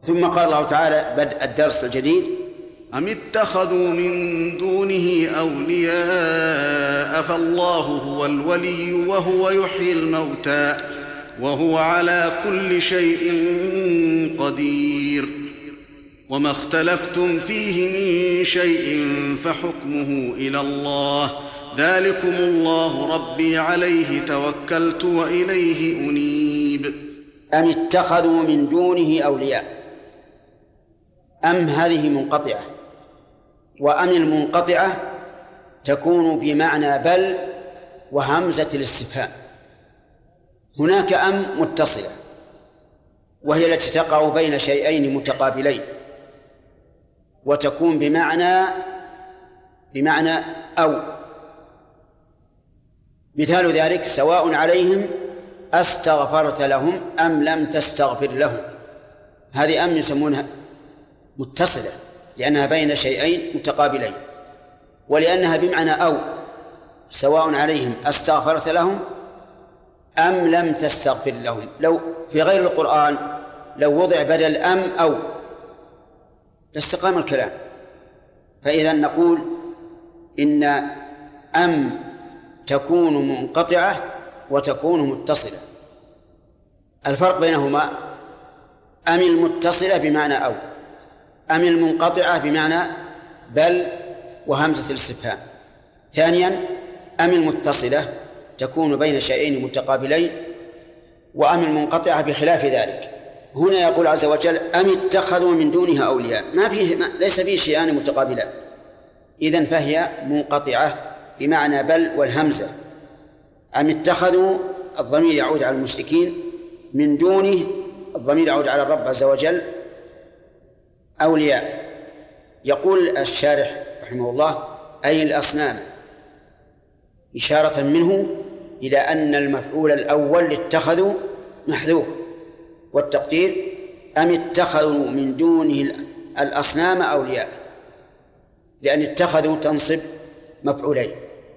ثم قال الله تعالى بدء الدرس الجديد: أم اتخذوا من دونه أولياء فالله هو الولي وهو يحيي الموتى وهو على كل شيء قدير وما اختلفتم فيه من شيء فحكمه إلى الله ذلكم الله ربي عليه توكلت وإليه أنيب. أم اتخذوا من دونه أولياء. أم هذه منقطعة، وأم المنقطعة تكون بمعنى بل وهمزة الاستفهام. هناك أم متصلة وهي التي تقع بين شيئين متقابلين وتكون بمعنى أو. مثال ذلك: سواء عليهم أستغفرت لهم أم لم تستغفر لهم. هذه أم يسمونها متصلة لأنها بين شيئين متقابلين، ولأنها بمعنى أو. سواء عليهم أستغفرت لهم أم لم تستغفر لهم. لو في غير القرآن لو وضع بدل أم أو لاستقام الكلام. فإذا نقول إن أم تكون منقطعة وتكون متصلة. الفرق بينهما: أم المتصلة بمعنى أو، أم المنقطعة بمعنى بل وهمزة الاستفهام. ثانيا: أم المتصلة تكون بين شيئين متقابلين، وأم المنقطعة بخلاف ذلك. هنا يقول عز وجل: أم اتخذوا من دونها أولياء. ليس فيه شيئان متقابلان، إذن فهي منقطعة بمعنى بل والهمزة. أم اتخذوا الضمير يعود على المشركين، من دونه الضمير يعود على الرب عز وجل أولياء. يقول الشارح رحمه الله: أي الأصنام، إشارة منه إلى أن المفعول الأول اتخذوا محذوف، والتقدير: أم اتخذوا من دونه الأصنام أولياء، لأن اتخذوا تنصب مفعولين،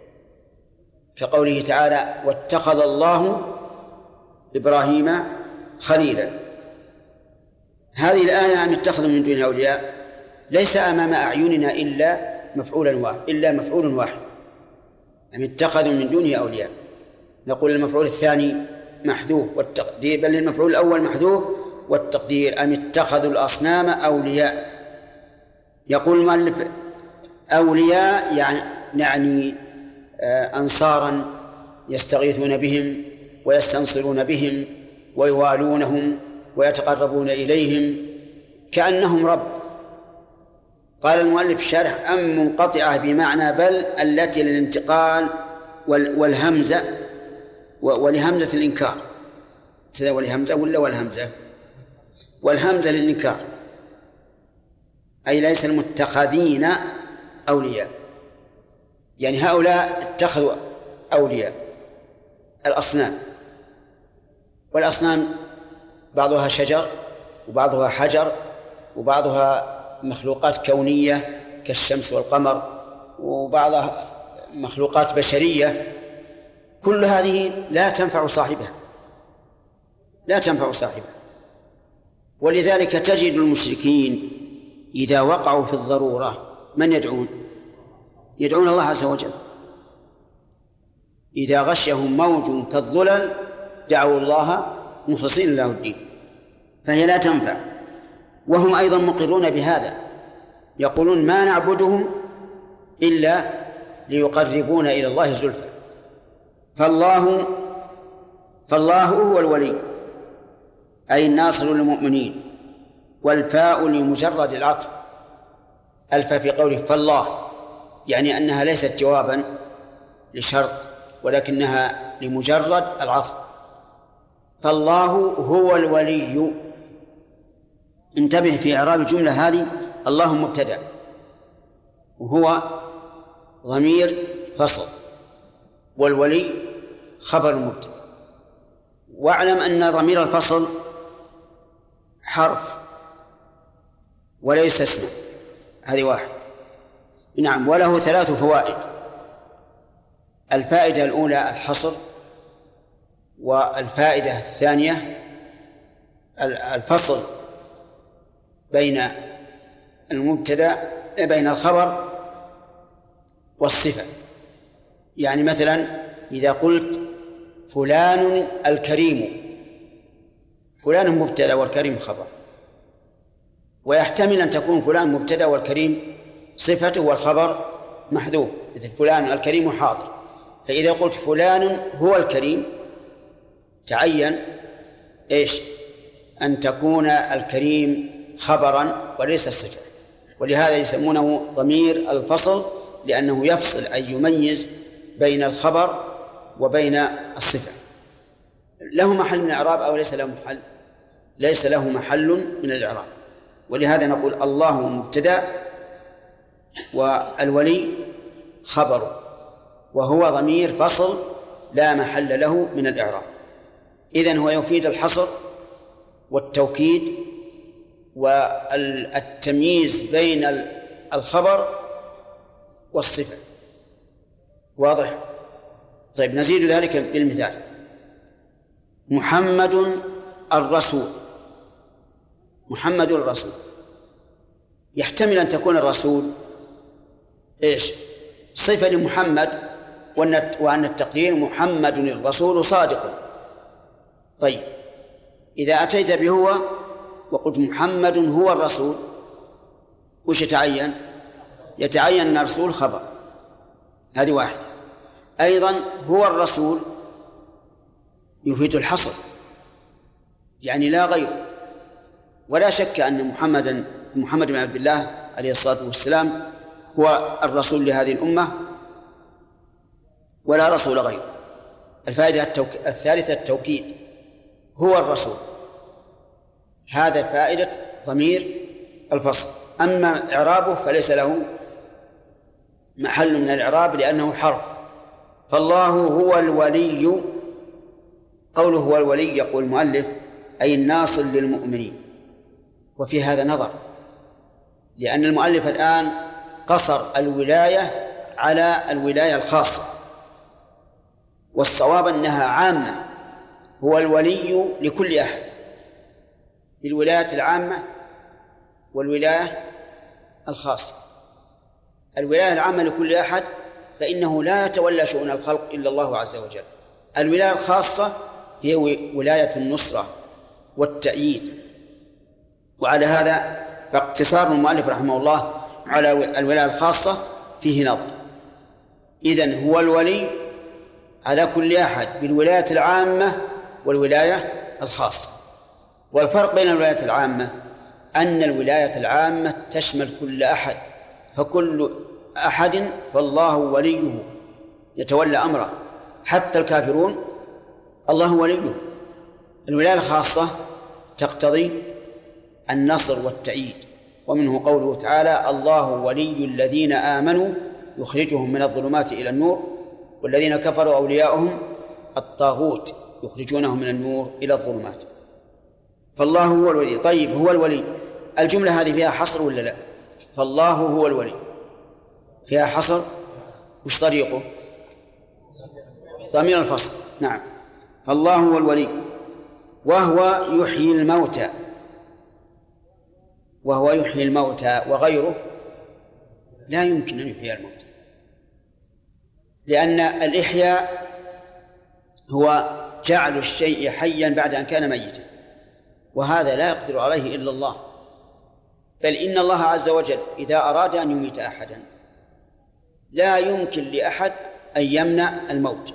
كقوله تعالى: واتخذ الله إبراهيم خليلا. هذه الآية أم اتخذوا من دونه أولياء ليس أمام أعيننا إلا مفعول واحد، أم اتخذوا من دونه أولياء. نقول المفعول الثاني محذوف والتقدير، بل المفعول الأول محذوف والتقدير أم اتخذوا الأصنام أولياء. يقول المؤلف: أولياء يعني أنصارا يستغيثون بهم ويستنصرون بهم ويوالونهم ويتقربون إليهم كأنهم رب. قال المؤلف الشارح: أم منقطعة بمعنى بل التي للانتقال والهمزة ولهمزة الإنكار. ولهمزة ولا والهمزة؟ والهمزة للإنكار، أي ليس المتخذين أولياء، يعني هؤلاء اتخذوا أولياء الأصنام. والأصنام بعضها شجر وبعضها حجر وبعضها مخلوقات كونية كالشمس والقمر وبعضها مخلوقات بشرية. كل هذه لا تنفع صاحبها. ولذلك تجد المشركين إذا وقعوا في الضرورة من يدعون الله عز وجل. إذا غشهم موج كالظلل دعوا الله مخلصين له الدين، فهي لا تنفع. وهم أيضا مقرون بهذا، يقولون: ما نعبدهم إلا ليقربونا إلى الله زلفى. فالله هو الولي، أي الناصر للمؤمنين. والفاء لمجرد العطف، الفاء في قوله فالله، يعني أنها ليست جوابا لشرط ولكنها لمجرد العطف. فالله هو الولي. انتبه في إعراب الجملة هذه: الله مبتدأ وهو ضمير فصل والولي خبر مبتدأ. واعلم أن ضمير الفصل حرف وليس اسما، هذه واحد. نعم. وله 3 فوائد. الفائدة الأولى الحصر، والفائدة الثانية الفصل بين بين الخبر والصفة. يعني مثلا إذا قلت فلان الكريم، فلان مبتدأ والكريم خبر، ويحتمل أن تكون فلان مبتدأ والكريم صفته والخبر محذوف، مثل فلان الكريم حاضر. فإذا قلت فلان هو الكريم تعين إيش؟ أن تكون الكريم خبرا وليس الصفة، ولهذا يسمونه ضمير الفصل، لأنه يفصل أي يميز بين الخبر وبين الصفة. له محل من الإعراب أو ليس له محل؟ ليس له محل من الإعراب، ولهذا نقول الله مبتدأ والولي خبر، وهو ضمير فصل لا محل له من الإعراب. إذن هو يفيد الحصر والتوكيد والتمييز بين الخبر والصفة. واضح؟ طيب نزيد ذلك بالمثال: محمد الرسول. محمد الرسول يحتمل أن تكون الرسول إيش؟ صفة لمحمد، وأن التقدير محمد الرسول صادق. طيب إذا أتيت بهو وقلت محمد هو الرسول، وش يتعين؟ يتعين أن الرسول خبر، هذه واحدة. أيضا هو الرسول يفيد الحصر، يعني لا غير. ولا شك أن محمد بن عبد الله عليه الصلاة والسلام هو الرسول لهذه الأمة ولا رسول غيره. الفائدة الثالثة التوكيد، هو الرسول، هذا فائدة ضمير الفصل. أما إعرابه فليس له محل من الإعراب لأنه حرف. فالله هو الولي. قوله هو الولي يقول المؤلف أي الناصر للمؤمنين. وفي هذا نظر، لأن المؤلف الآن قصر الولاية على الولاية الخاصة، والصواب أنها عامة. هو الولي لكل أحد، بالولاية العامة والولاية الخاصة. الولاية العامة لكل أحد فإنه لا يتولى شؤون الخلق إلا الله عز وجل. الولاية الخاصة هي ولاية النصرة والتأييد. وعلى هذا فاقتصار المؤلف رحمه الله على الولاية الخاصة فيه نظر. إذن هو الولي على كل أحد بالولاية العامة والولاية الخاصة. والفرق بين الولاية العامة أن الولاية العامة تشمل كل أحد، فكل أحد فالله وليه يتولى أمره، حتى الكافرون الله وليه. الولاية الخاصة تقتضي النصر والتأييد، ومنه قوله تعالى: الله ولي الذين آمنوا يخرجهم من الظلمات إلى النور والذين كفروا أولياؤهم الطاغوت يخرجونهم من النور إلى الظلمات. فالله هو الولي. طيب هو الولي، الجملة هذه فيها حصر ولا لا؟ فالله هو الولي فيها حصر، وش طريقه؟ ضمير الفصل. نعم، فالله هو الولي وهو يحيي الموتى. وهو يحيي الموتى، وغيره لا يمكن أن يحيي الموتى، لأن الإحياء هو جعل الشيء حيا بعد أن كان ميتا، وهذا لا يقدر عليه إلا الله. بل إن الله عز وجل إذا أراد أن يميت أحدا لا يمكن لأحد أن يمنع الموت،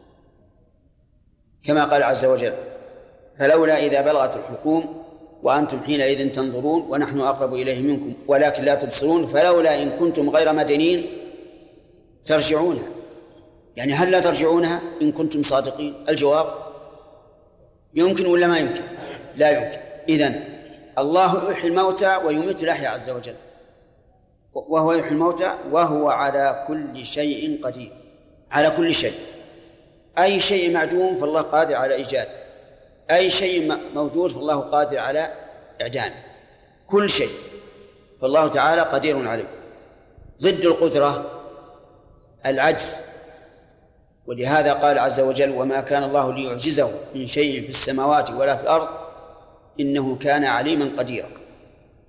كما قال عز وجل: فلولا إذا بلغت الحلقوم وأنتم حينئذ تنظرون ونحن أقرب إليه منكم ولكن لا تبصرون فلولا إن كنتم غير مدينين ترجعونها. يعني هل لا ترجعونها إن كنتم صادقين؟ الجواب يمكن ولا ما يمكن؟ لا يمكن. إذن الله يحيي الموتى ويميت الأحياء عز وجل، وهو يحيي الموتى وهو على كل شيء قدير. على كل شيء، أي شيء معدوم فالله قادر على إيجاده، أي شيء موجود فالله قادر على إعدامه. كل شيء فالله تعالى قدير عليه. ضد القدرة العجز، ولهذا قال عز وجل: وما كان الله ليعجزه من شيء في السماوات ولا في الأرض إنه كان عليما قديرا.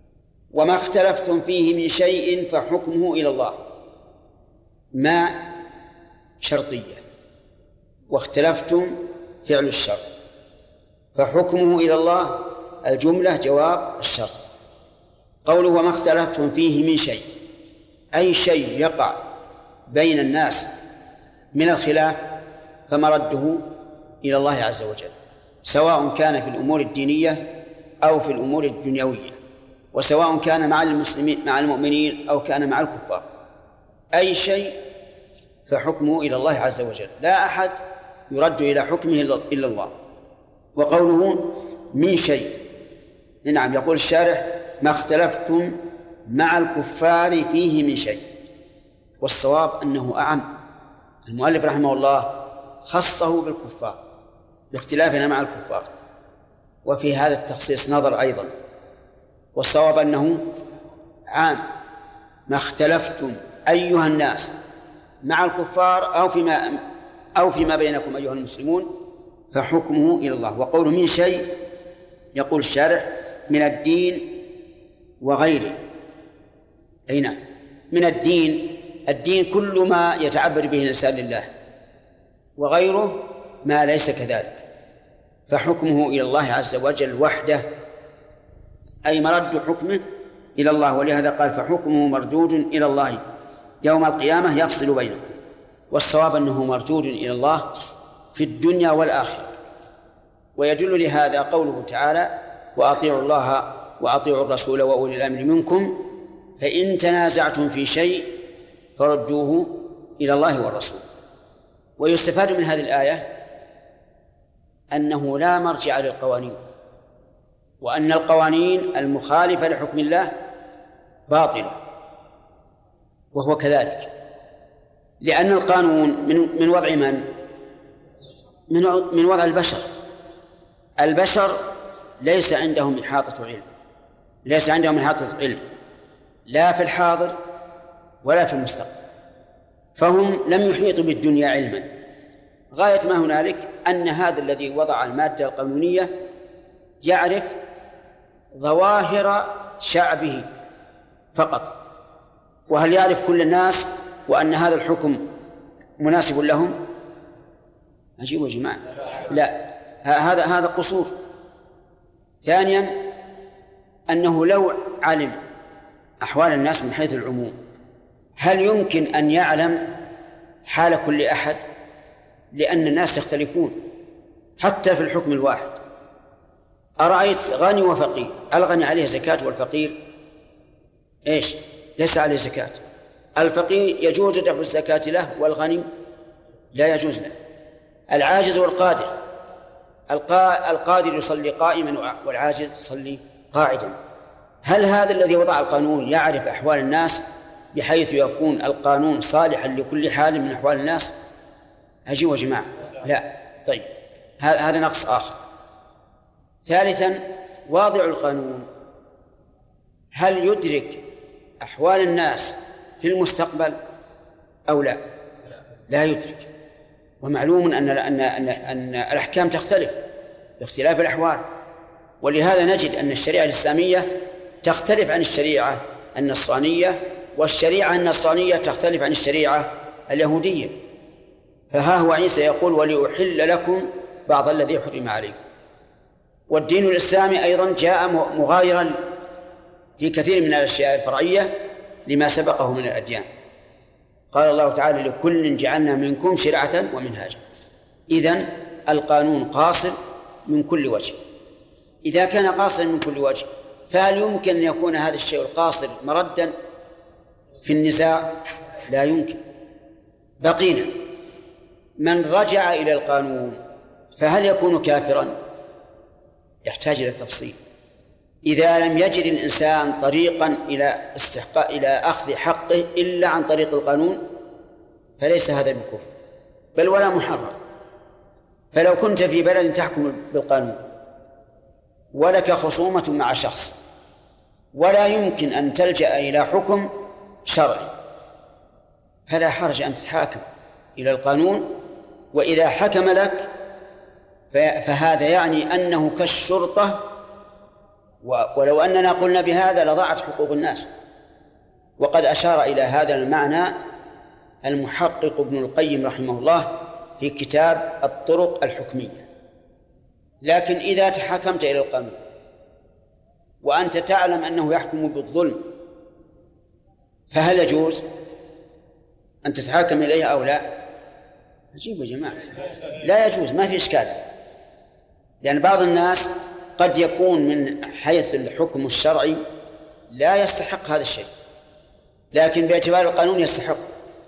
وما اختلفتم فيه من شيء فحكمه إلى الله. ما شرطية، واختلفتم فعل الشرط، فحكمه إلى الله الجملة جواب الشرط. قوله وما اختلفتم فيه من شيء، أي شيء يقع بين الناس من الخلاف فمرده إلى الله عز وجل، سواء كان في الأمور الدينية أو في الأمور الدنيوية، وسواء كان مع المسلمين مع المؤمنين أو كان مع الكفار. أي شيء فحكمه إلى الله عز وجل، لا أحد يرد إلى حكمه إلا الله. وقوله من شيء، نعم، يقول الشارح ما اختلفتم مع الكفار فيه من شيء، والصواب أنه أعم. المؤلف رحمه الله خصه بالكفار باختلافنا مع الكفار، وفي هذا التخصيص نظر أيضا، والصواب أنه عام. ما اختلفتم أيها الناس مع الكفار أو فيما بينكم أيها المسلمون فحكمه إلى الله. وقول من شيء، يقول الشارح من الدين وغيره. أي نعم، من الدين كل ما يتعبد به الإنسان لله، وغيره ما ليس كذلك، فحكمه إلى الله عز وجل وحده، أي مرد حكمه إلى الله. ولهذا قال فحكمه مردود إلى الله يوم القيامة يفصل بينكم. والصواب أنه مردود إلى الله في الدنيا والآخرة. ويدل لهذا قوله تعالى وأطيعوا الله وأطيعوا الرسول وأولي الأمر منكم فإن تنازعتم في شيء فردوه إلى الله والرسول. ويستفاد من هذه الآية أنه لا مرجع للقوانين، وأن القوانين المخالفة لحكم الله باطلة، وهو كذلك، لأن القانون من وضع من وضع البشر ليس عندهم إحاطة علم، لا في الحاضر ولا في المستقبل، فهم لم يحيطوا بالدنيا علما. غاية ما هنالك أن هذا الذي وضع المادة القانونية يعرف ظواهر شعبه فقط، وهل يعرف كل الناس وأن هذا الحكم مناسب لهم؟ عجيب يا جماعة، لا، هذا قصور. ثانيا أنه لو علم أحوال الناس من حيث العموم هل يمكن أن يعلم حال كل أحد؟ لأن الناس يختلفون حتى في الحكم الواحد. أرأيت غني وفقير، الغني عليه زكاة والفقير إيش؟ ليس عليه زكاة. الفقير يجوز دفع الزكاة له والغني لا يجوز له. العاجز والقادر، القادر يصلي قائما والعاجز يصلي قاعدا. هل هذا الذي وضع القانون يعرف أحوال الناس بحيث يكون القانون صالحا لكل حال من أحوال الناس؟ عجيب يا جماعة، لا. طيب، هذا نقص آخر. ثالثا واضع القانون هل يدرك أحوال الناس في المستقبل أو لا؟ لا يدرك. ومعلوم أن الأحكام تختلف باختلاف الأحوال، ولهذا نجد أن الشريعة الإسلامية تختلف عن الشريعة النصرانية، والشريعة النصرانية تختلف عن الشريعة اليهودية. فها هو عيسى يقول ولأحل لكم بعض الذي حرم عليكم. والدين الإسلامي أيضا جاء مغايرا في كثير من الأشياء الفرعية لما سبقه من الأديان. قال الله تعالى لكل جعلنا منكم شرعة ومنهاجا. إذن القانون قاصر من كل وجه. إذا كان قاصرا من كل وجه فهل يمكن أن يكون هذا الشيء القاصر مردا في النزاع؟ لا يمكن. بقينا من رجع إلى القانون فهل يكون كافرا؟ يحتاج إلى التفصيل. إذا لم يجد الإنسان طريقا إلى أخذ حقه إلا عن طريق القانون فليس هذا بكفر بل ولا محرم. فلو كنت في بلد تحكم بالقانون ولك خصومة مع شخص ولا يمكن أن تلجأ إلى حكم شرعي فلا حرج أن تتحاكم إلى القانون، وإذا حكم لك فهذا يعني أنه كالشرطة ولو أننا قلنا بهذا لضاعت حقوق الناس. وقد أشار إلى هذا المعنى المحقق ابن القيم رحمه الله في كتاب الطرق الحكمية. لكن إذا تحاكمت إلى القانون وأنت تعلم أنه يحكم بالظلم، فهل يجوز أن تتحاكم إليه أو لا؟ عجيب يا جماعة، لا يجوز، ما في إشكال. لأن بعض الناس قد يكون من حيث الحكم الشرعي لا يستحق هذا الشيء، لكن باعتبار القانون يستحق،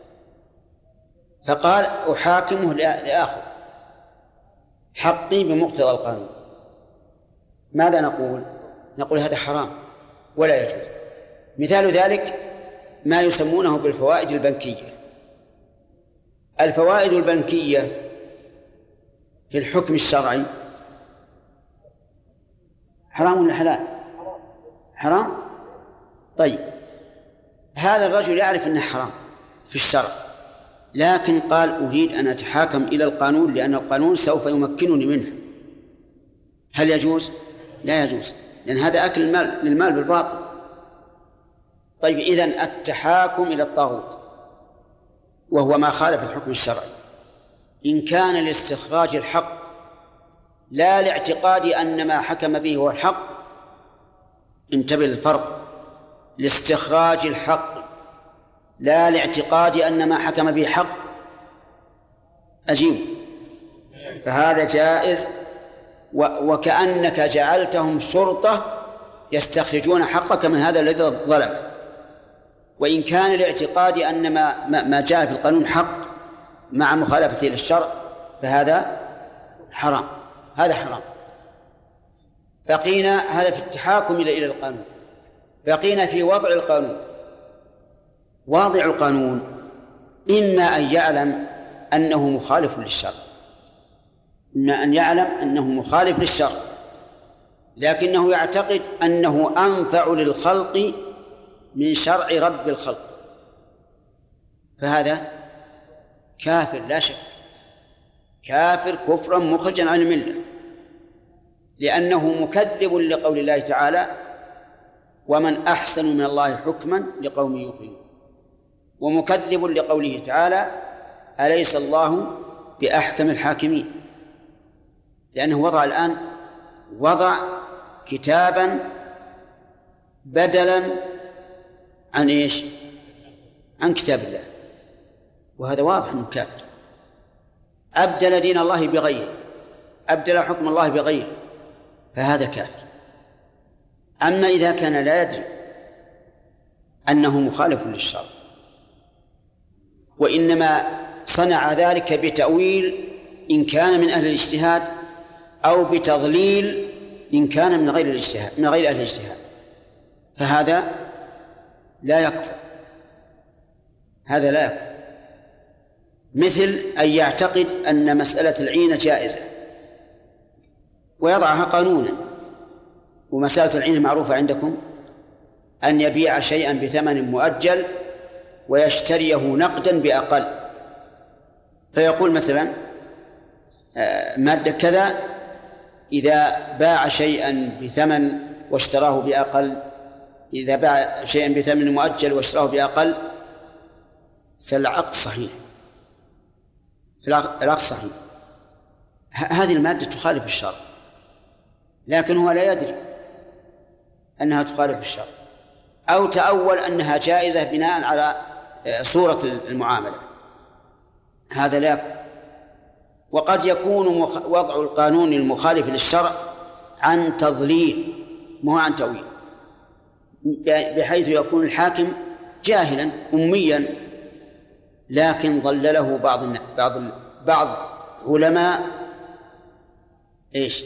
فقال أحاكمه لآخذ حقي بمقتضى القانون. ماذا نقول؟ نقول هذا حرام ولا يجوز. مثال ذلك ما يسمونه بالفوائد البنكية. الفوائد البنكية في الحكم الشرعي حرام ولا حلال؟ حرام. طيب، هذا الرجل يعرف أنه حرام في الشرع، لكن قال أريد أن أتحاكم إلى القانون لأن القانون سوف يمكنني منه. هل يجوز؟ لا يجوز، لأن هذا أكل المال للمال بالباطل. طيب، إذن التحاكم إلى الطاغوت وهو ما خالف الحكم الشرعي إن كان لاستخراج الحق لا لاعتقاد أن ما حكم به هو الحق، انتبه الفرق، لاستخراج الحق لا لاعتقاد أن ما حكم به حق، أجيب، فهذا جائز. وكأنك جعلتهم شرطة يستخرجون حقك من هذا الذي ظلمك. وإن كان لاعتقاد أن ما جاء في القانون حق مع مخالفته للشرع فهذا حرام، هذا حرام. بقينا هذا في التحاكم إلى القانون. بقينا في وضع القانون. واضع القانون إما أن يعلم أنه مخالف للشرع، إما أن يعلم أنه مخالف للشرع لكنه يعتقد أنه أنفع للخلق من شرع رب الخلق، فهذا كافر لا شك، كافر كفرا مخرجا عن الملة، لأنه مكذب لقول الله تعالى ومن أحسن من الله حكما لقوم يوقنون، ومكذب لقوله تعالى أليس الله بأحكم الحاكمين، لأنه وضع كتابا بدلا عن إيش؟ عن كتاب الله، وهذا واضح أنه كافر. أبدل دين الله بغيره، أبدل حكم الله بغيره، فهذا كافر. أما إذا كان لا يدري أنه مخالف للشرع وإنما صنع ذلك بتأويل إن كان من أهل الاجتهاد أو بتضليل إن كان من غير الاجتهاد، من غير أهل الاجتهاد، فهذا لا يكفر، هذا لا يكفر. مثل أن يعتقد أن مسألة العينة جائزة ويضعها قانونا، ومسألة العينة معروفة عندكم، أن يبيع شيئا بثمن مؤجل ويشتريه نقدا بأقل، فيقول مثلا مادة كذا إذا باع شيئا بثمن واشتراه بأقل، إذا باع شيئا بثمن مؤجل واشتراه بأقل فالعقد صحيح، العقد صحيح. هذه المادة تخالف الشرع، لكن هو لا يدري أنها تخالف الشرع، أو تأول أنها جائزة بناء على صورة المعاملة، هذا لا يكون. وقد يكون وضع القانون المخالف للشرع عن تضليل مو عن تأويل، بحيث يكون الحاكم جاهلا أميا لكن ضلله بعض علماء إيش؟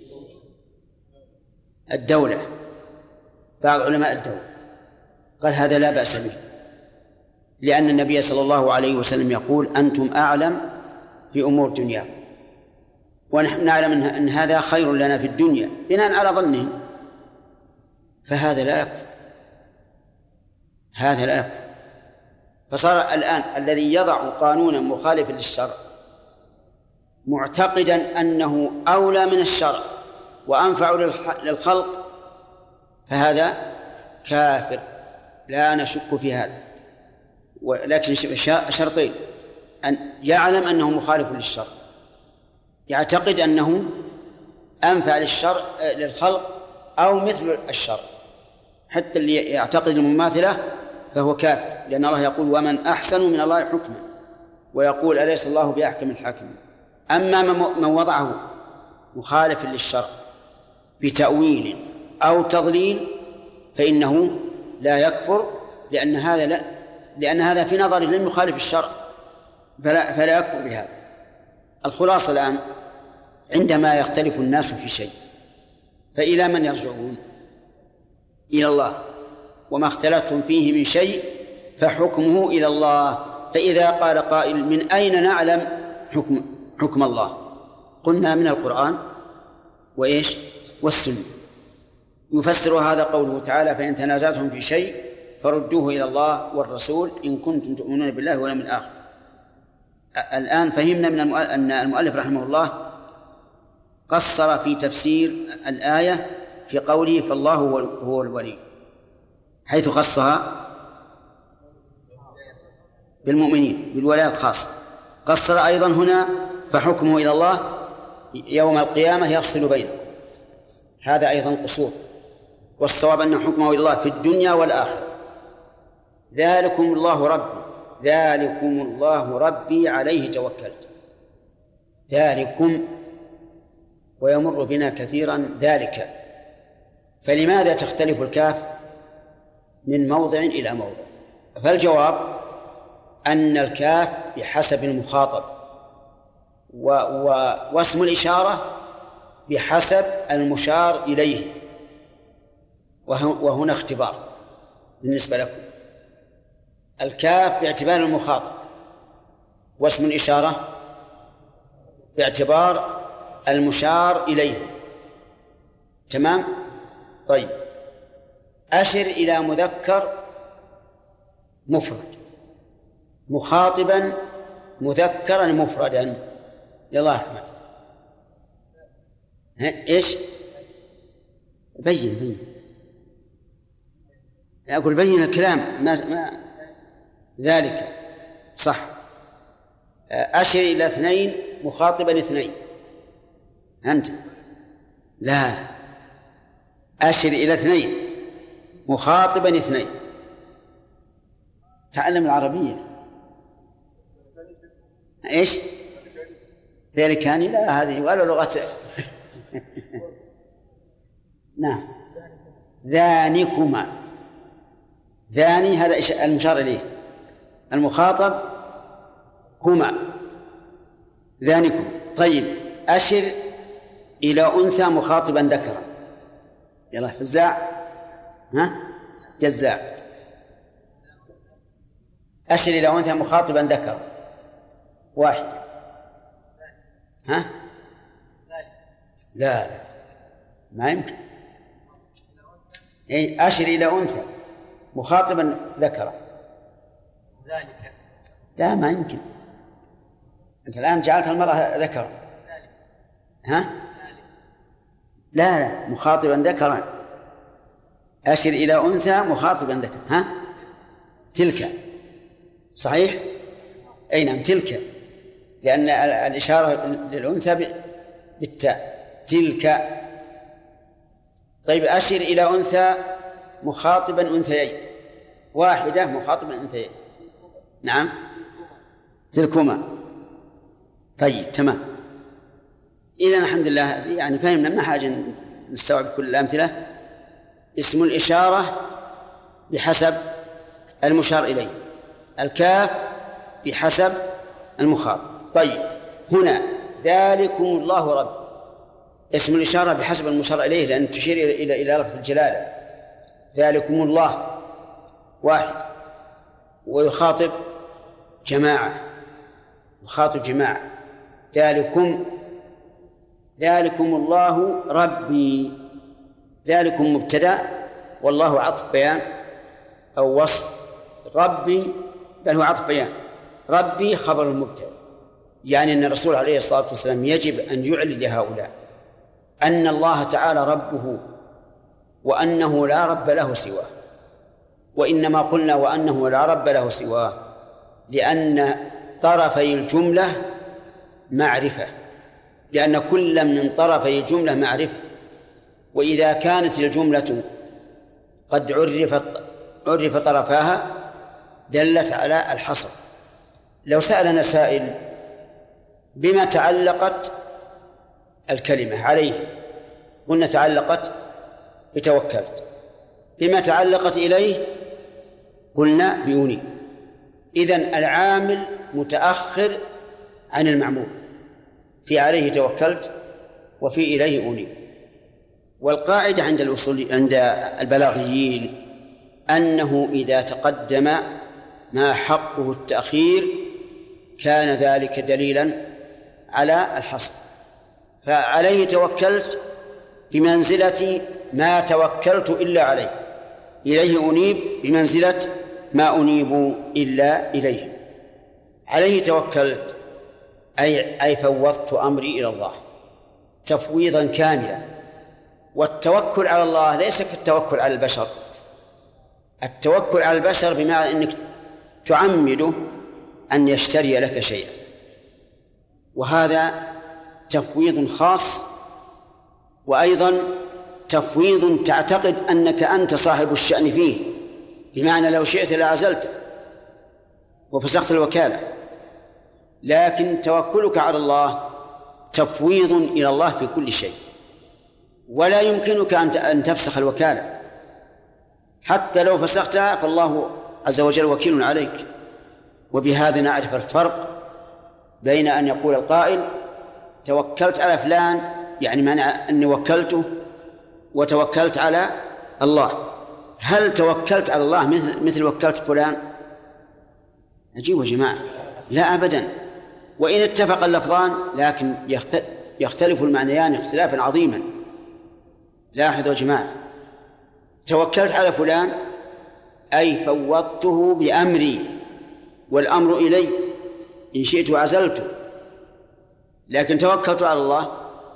الدولة، بعض علماء الدولة قال هذا لا بأس به، لأن النبي صلى الله عليه وسلم يقول أنتم أعلم في أمور دنياكم، ونحن نعلم أن هذا خير لنا في الدنيا بناء على ظنهم، فهذا لا يكفر، هذا لا يكفر. فصار الآن الذي يضع قانونا مخالفا للشرع معتقدا أنه أولى من الشرع وأنفع للخلق فهذا كافر لا نشك في هذا، ولكن شرطين: أن يعلم أنه مخالف للشرع، يعتقد أنه أنفع للخلق أو مثل الشرع. حتى اللي يعتقد المماثلة فهو كافر، لأن الله يقول: ومن أحسن من الله حكما، ويقول: أليس الله بأحكم الحاكمين. أما من وضعه مخالف للشرع بتأويل أو تضليل فإنه لا يكفر، لأن هذا في نظره لم يخالف الشرع، فلا يكفر بهذا. الخلاصة الآن: عندما يختلف الناس في شيء فإلى من يرجعون؟ إلى الله. وما اختلفتم فيه من شيء فحكمه إلى الله. فإذا قال قائل: من أين نعلم حكم الله؟ قلنا: من القرآن والسنة. يفسر هذا قوله تعالى: فإن تنازعتم في شيء فردوه إلى الله والرسول إن كنتم تؤمنون بالله واليوم الآخر. الآن فهمنا أن المؤلف رحمه الله قصر في تفسير الآية في قوله: فالله هو الولي، حيث خصها بالمؤمنين بالولاية الخاصة. قصر أيضا هنا: فحكمه إلى الله يوم القيامة يفصل بينكم. هذا أيضا قصور، والصواب أن حكمه إلى الله في الدنيا والآخرة. ذلكم الله ربي عليه توكلت. ذلكم، ويمر بنا كثيرا ذلك. فلماذا تختلف الكاف من موضع إلى موضع؟ فالجواب أن الكاف بحسب المخاطب، واسم الإشارة بحسب المشار إليه، وهنا اختبار بالنسبة لكم. الكاف باعتبار المخاطب، واسم الإشارة باعتبار المشار إليه. تمام؟ طيب، أشر إلى مذكر مفرد مخاطبا مذكرا مفردا. يلا أحمد، إيش؟ بين أقول بين الكلام ما ذلك صح. أشر إلى اثنين مخاطبا اثنين. أنت لا، أشر إلى اثنين مخاطبا اثنين. تعلم العربية. إيش؟ ذلكان؟ لا، هذه ولا لغة. نعم، ذانكما. ذاني هذا المشار إليه، المخاطب هما، ذانكم. طيب، أشر إلى أنثى مخاطبا ذكرا. يلا، فزاع، جزاع. أشر إلى أنثى مخاطبا ذكرا، واحد. لا ما يمكن. أشر إلى أنثى مخاطبا ذكرا، لا ما يمكن. أنت الآن جعلت المرأة ذكرا. لا، مخاطبا ذكرا. أشر إلى أنثى مخاطبا ذكرا. تلك. صحيح؟ أي نعم، تلك، لأن الإشارة للأنثى بالتاء. تلك. طيب، أشر إلى أنثى مخاطبا أنثيين، واحدة مخاطبا أنثيين. نعم، تلكما. طيب، تمام. إذن الحمد لله، يعني فهمنا، ما حاجة نستوعب كل الأمثلة. اسم الإشارة بحسب المشار إليه، الكاف بحسب المخاطب. طيب، هنا ذلكم الله رب، اسم الإشارة بحسب المشار إليه، لأن تشير إلى لفظ الجلالة. ذلكم الله واحد، ويخاطب جماعة، يخاطب جماعة. ذلكم الله ربي. ذلكم مبتدأ، والله عطف بيان أو وصف. ربي بل هو عطف بيان. ربي خبر المبتدأ، يعني أن الرسول عليه الصلاة والسلام يجب أن يعلن لهؤلاء أن الله تعالى ربه وأنه لا رب له سواه. وإنما قلنا وأنه لا رب له سواه لأن طرفي الجملة معرفة، لأن كل من طرفي الجملة معرفة، وإذا كانت الجملة قد عرف طرفاها دلت على الحصر. لو سألنا سائل بما تعلقت الكلمة عليه، قلنا تعلقت بتوكلت. بما تعلقت إليه قلنا بيوني. إذن العامل متأخر عن المعمول، في عليه توكلت وفي إليه أنيب. والقاعدة عند البلاغيين أنه إذا تقدم ما حقه التأخير كان ذلك دليلا على الحصر. فعليه توكلت بمنزلة ما توكلت إلا عليه، إليه أنيب بمنزلة ما أنيب إلا إليه. عليه توكلت أي فوضت أمري إلى الله تفويضا كاملا. والتوكل على الله ليس كالتوكل على البشر. التوكل على البشر بمعنى أنك تعمده أن يشتري لك شيئا، وهذا تفويض خاص، وأيضا تفويض تعتقد أنك أنت صاحب الشأن فيه، بمعنى لو شئت لعزلت وفسخت الوكالة. لكن توكلك على الله تفويض إلى الله في كل شيء، ولا يمكنك أن تفسخ الوكالة. حتى لو فسختها فالله عز وجل وكيل عليك. وبهذا نعرف الفرق بين أن يقول القائل توكلت على فلان، يعني معنى أني وكلته، وتوكلت على الله. هل توكلت على الله مثل وكلت فلان؟ عجيب يا جماعة، لا أبدا. وإن اتفق اللفظان لكن يختلف المعنيان اختلافا عظيما. لاحظوا يا جماعة، توكلت على فلان أي فوضته بأمري، والأمر إلي، إن شئت عزلته. لكن توكلت على الله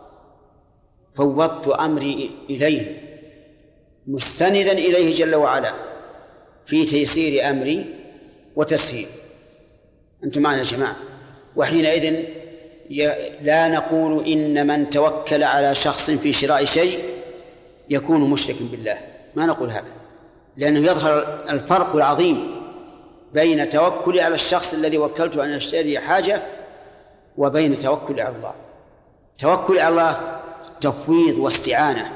فوضت أمري إليه مستندا إليه جل وعلا في تيسير أمري وتسهيل. أنتم معنا يا جماعة؟ وحينئذ لا نقول إن من توكل على شخص في شراء شيء يكون مشركا بالله، ما نقول هذا، لأنه يظهر الفرق العظيم بين توكلي على الشخص الذي وكلته أن يشتري حاجة وبين توكلي على الله. توكلي على الله تفويض واستعانة،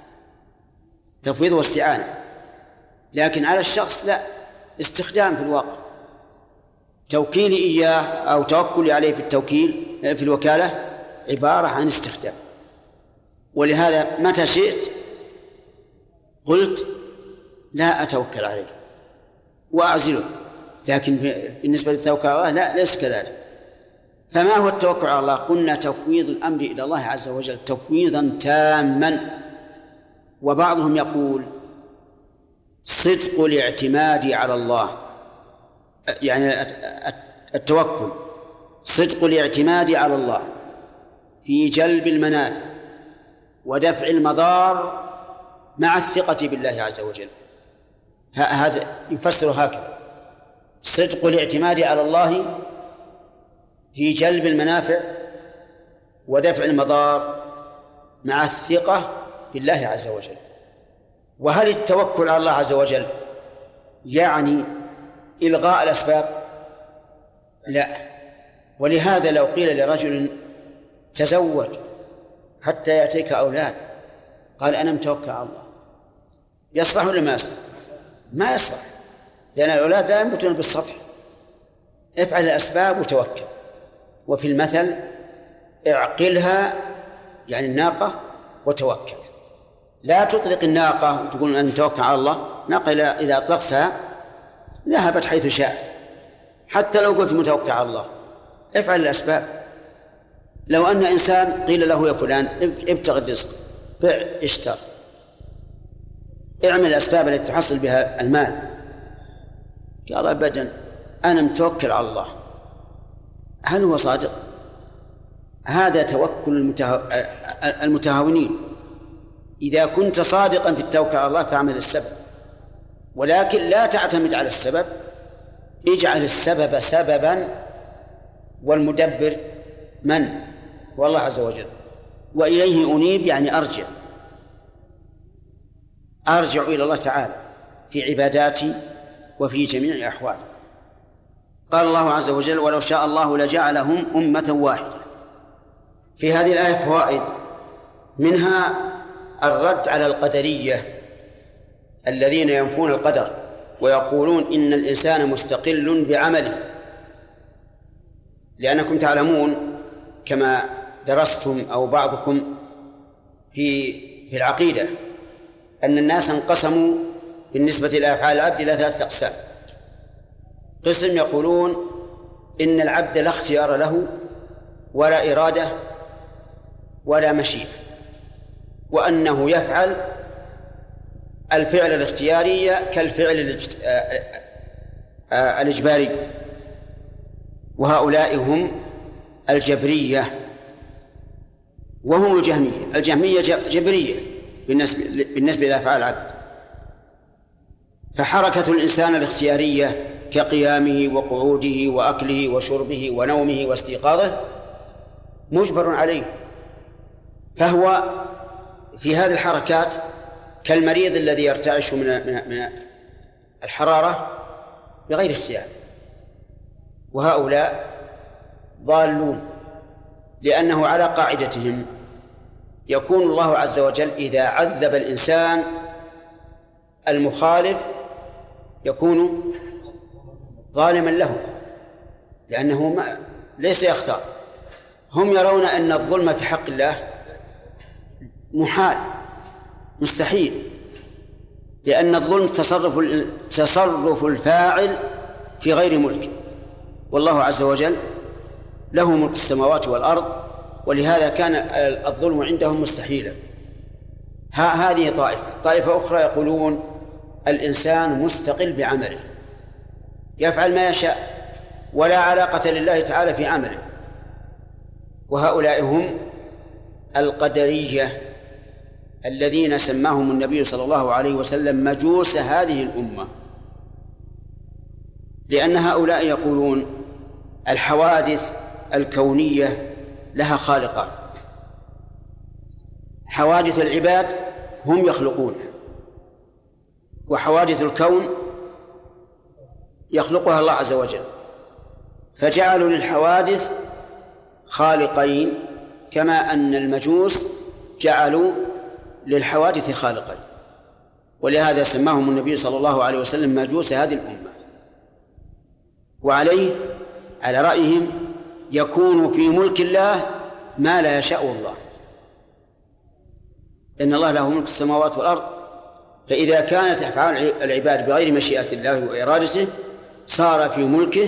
تفويض واستعانة، لكن على الشخص لا، استخدام في الواقع. توكيلي إياه أو توكلي عليه في التوكيل في الوكالة عبارة عن استخدام. ولهذا متى شئت قلت لا أتوكل عليه وأعزله، لكن بالنسبة للتوكل على الله لا، ليس كذلك. فما هو التوكل على الله؟ قلنا تفويض الأمر إلى الله عز وجل تفويضا تاما. وبعضهم يقول صدق الاعتماد على الله، يعني التوكل صدق الاعتماد على الله في جلب المنافع ودفع المضار مع الثقة بالله عز وجل. هذا يفسر هكذا: صدق الاعتماد على الله في جلب المنافع ودفع المضار مع الثقة بالله عز وجل. وهل التوكل على الله عز وجل يعني إلغاء الأسباب؟ لا. ولهذا لو قيل لرجل تزوج حتى يأتيك أولاد، قال أنا متوكل على الله، يصلح ولا ما يصلح؟ ما يصلح، لأن الأولاد لا ينبتون بالسطح. افعل الأسباب وتوكل. وفي المثل اعقلها، يعني الناقة، وتوكل. لا تطلق الناقة وتقول أن توكل على الله. ناقة إذا أطلقتها ذهبت حيث شاءت، حتى لو قلت متوكل على الله. افعل الأسباب. لو أن إنسان قيل له يا فلان ابتغ الرزق، بع اشتر، اعمل الأسباب التي تحصل بها المال، قال أبدا أنا متوكل على الله، هل هو صادق؟ هذا توكل المتهاونين. إذا كنت صادقا في التوكل على الله فاعمل السبب، ولكن لا تعتمد على السبب، اجعل السبب سببا والمدبر من؟ هو الله عز وجل. وإليه أنيب يعني أرجع إلى الله تعالى في عباداتي وفي جميع أحوالي. قال الله عز وجل: ولو شاء الله لجعلهم أمة واحدة. في هذه الآية فوائد، منها الرد على القدرية الذين ينفون القدر ويقولون إن الإنسان مستقل بعمله، لأنكم كما درستم أو بعضكم في العقيدة أن الناس انقسموا بالنسبة لأفعال العبد إلى 3 أقسام. قسم يقولون إن العبد لا اختيار له ولا إرادة ولا مشيئة، وأنه يفعل الفعل الاختياري كالفعل الإجباري، وهؤلاء هم الجبرية وهم الجهمية جبرية بالنسبة إلى أفعال العبد. فحركة الإنسان الاختيارية كقيامه وقعوده وأكله وشربه ونومه واستيقاظه مجبر عليه، فهو في هذه الحركات كالمريض الذي يرتعش من الحرارة بغير اختيار. وهؤلاء ضالون، لأنه على قاعدتهم يكون الله عز وجل إذا عذب الإنسان المخالف يكون ظالما له، لأنه ليس يختار. هم يرون أن الظلم في حق الله محال مستحيل، لأن الظلم تصرف الفاعل في غير ملكه، والله عز وجل له ملك السماوات والأرض، ولهذا كان الظلم عندهم مستحيلا. هذه طائفة أخرى يقولون الإنسان مستقل بعمله، يفعل ما يشاء ولا علاقة لله تعالى في عمله، وهؤلاء هم القدرية الذين سماهم النبي صلى الله عليه وسلم مجوس هذه الأمة، لأن هؤلاء يقولون الحوادث الكونية لها خالقان، حوادث العباد هم يخلقونها، وحوادث الكون يخلقها الله عز وجل، فجعلوا للحوادث خالقين كما أن المجوس جعلوا للحوادث خالقين، ولهذا سماهم النبي صلى الله عليه وسلم مجوس هذه الأمة. وعليه على رأيهم يكون في ملك الله ما لا يشاء الله، إن الله له ملك السماوات والأرض، فإذا كانت أفعال العباد بغير مشيئة الله وإرادته صار في ملكه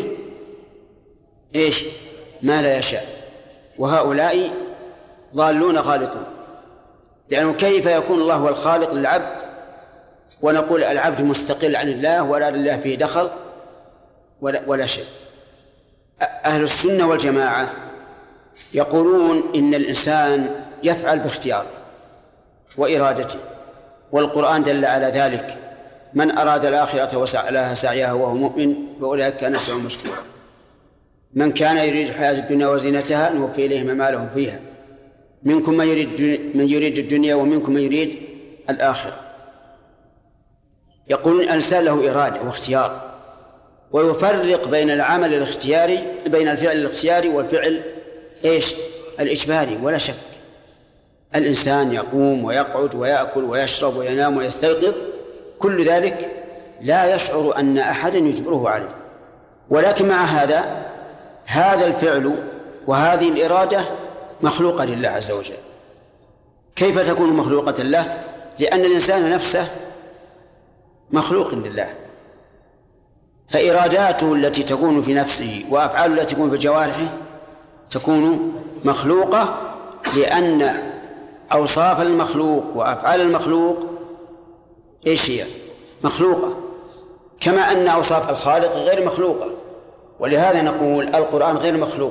ما لا يشاء. وهؤلاء ضالون غالطون، لأنه كيف يكون الله هو الخالق للعبد ونقول العبد مستقل عن الله ولا لله فيه دخل ولا شيء. أهل السنة والجماعة يقولون إن الإنسان يفعل باختياره وإرادته، والقرآن دل على ذلك: من أراد الآخرة وسعى لها سعيها وهو مؤمن فأولئك كان سعيهم مشكورا، من كان يريد الحياة الدنيا وزينتها نوفي إليهم ما لهم فيها، منكم من يريد الدنيا ومنكم من يريد الآخرة. يقولون الإنسان له إرادة واختيار، ويفرق بين العمل الاختياري بين الفعل الاختياري والفعل الإجباري. ولا شك الإنسان يقوم ويقعد ويأكل ويشرب وينام ويستيقظ، كل ذلك لا يشعر أن أحدا يجبره عليه، ولكن مع هذا الفعل وهذه الإرادة مخلوقة لله عز وجل. كيف تكون مخلوقة له؟ لأن الإنسان نفسه مخلوق لله، فإراداته التي تكون في نفسه وأفعاله التي تكون في جوارحه تكون مخلوقة، لأن أوصاف المخلوق وأفعال المخلوق هي مخلوقة، كما أن أوصاف الخالق غير مخلوقة. ولهذا نقول القرآن غير مخلوق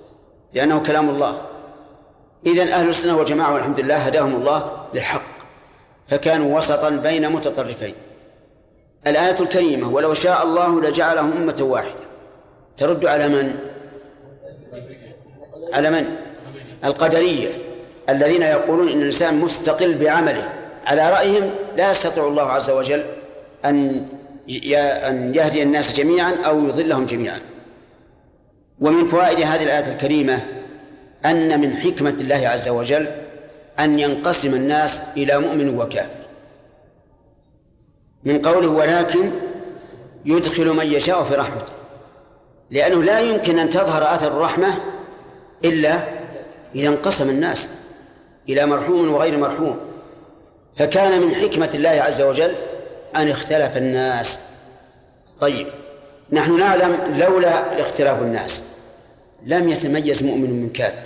لأنه كلام الله. إذن أهل السنة والجماعة والحمد لله هداهم الله للحق، فكانوا وسطا بين متطرفين. الآية الكريمة ولو شاء الله لجعلهم أمة واحدة ترد على من؟ على من؟ القدرية الذين يقولون إن الإنسان مستقل بعمله. على رأيهم لا يستطيع الله عز وجل أن يهدي الناس جميعا أو يضلهم جميعا. ومن فوائد هذه الآية الكريمة أن من حكمة الله عز وجل أن ينقسم الناس إلى مؤمن وكافر، من قوله ولكن يدخل من يشاء في رحمته، لأنه لا يمكن أن تظهر أثر الرحمة إلا إذا انقسم الناس إلى مرحوم وغير مرحوم. فكان من حكمة الله عز وجل أن اختلف الناس. طيب، نحن نعلم لولا اختلاف الناس لم يتميز مؤمن من كافر.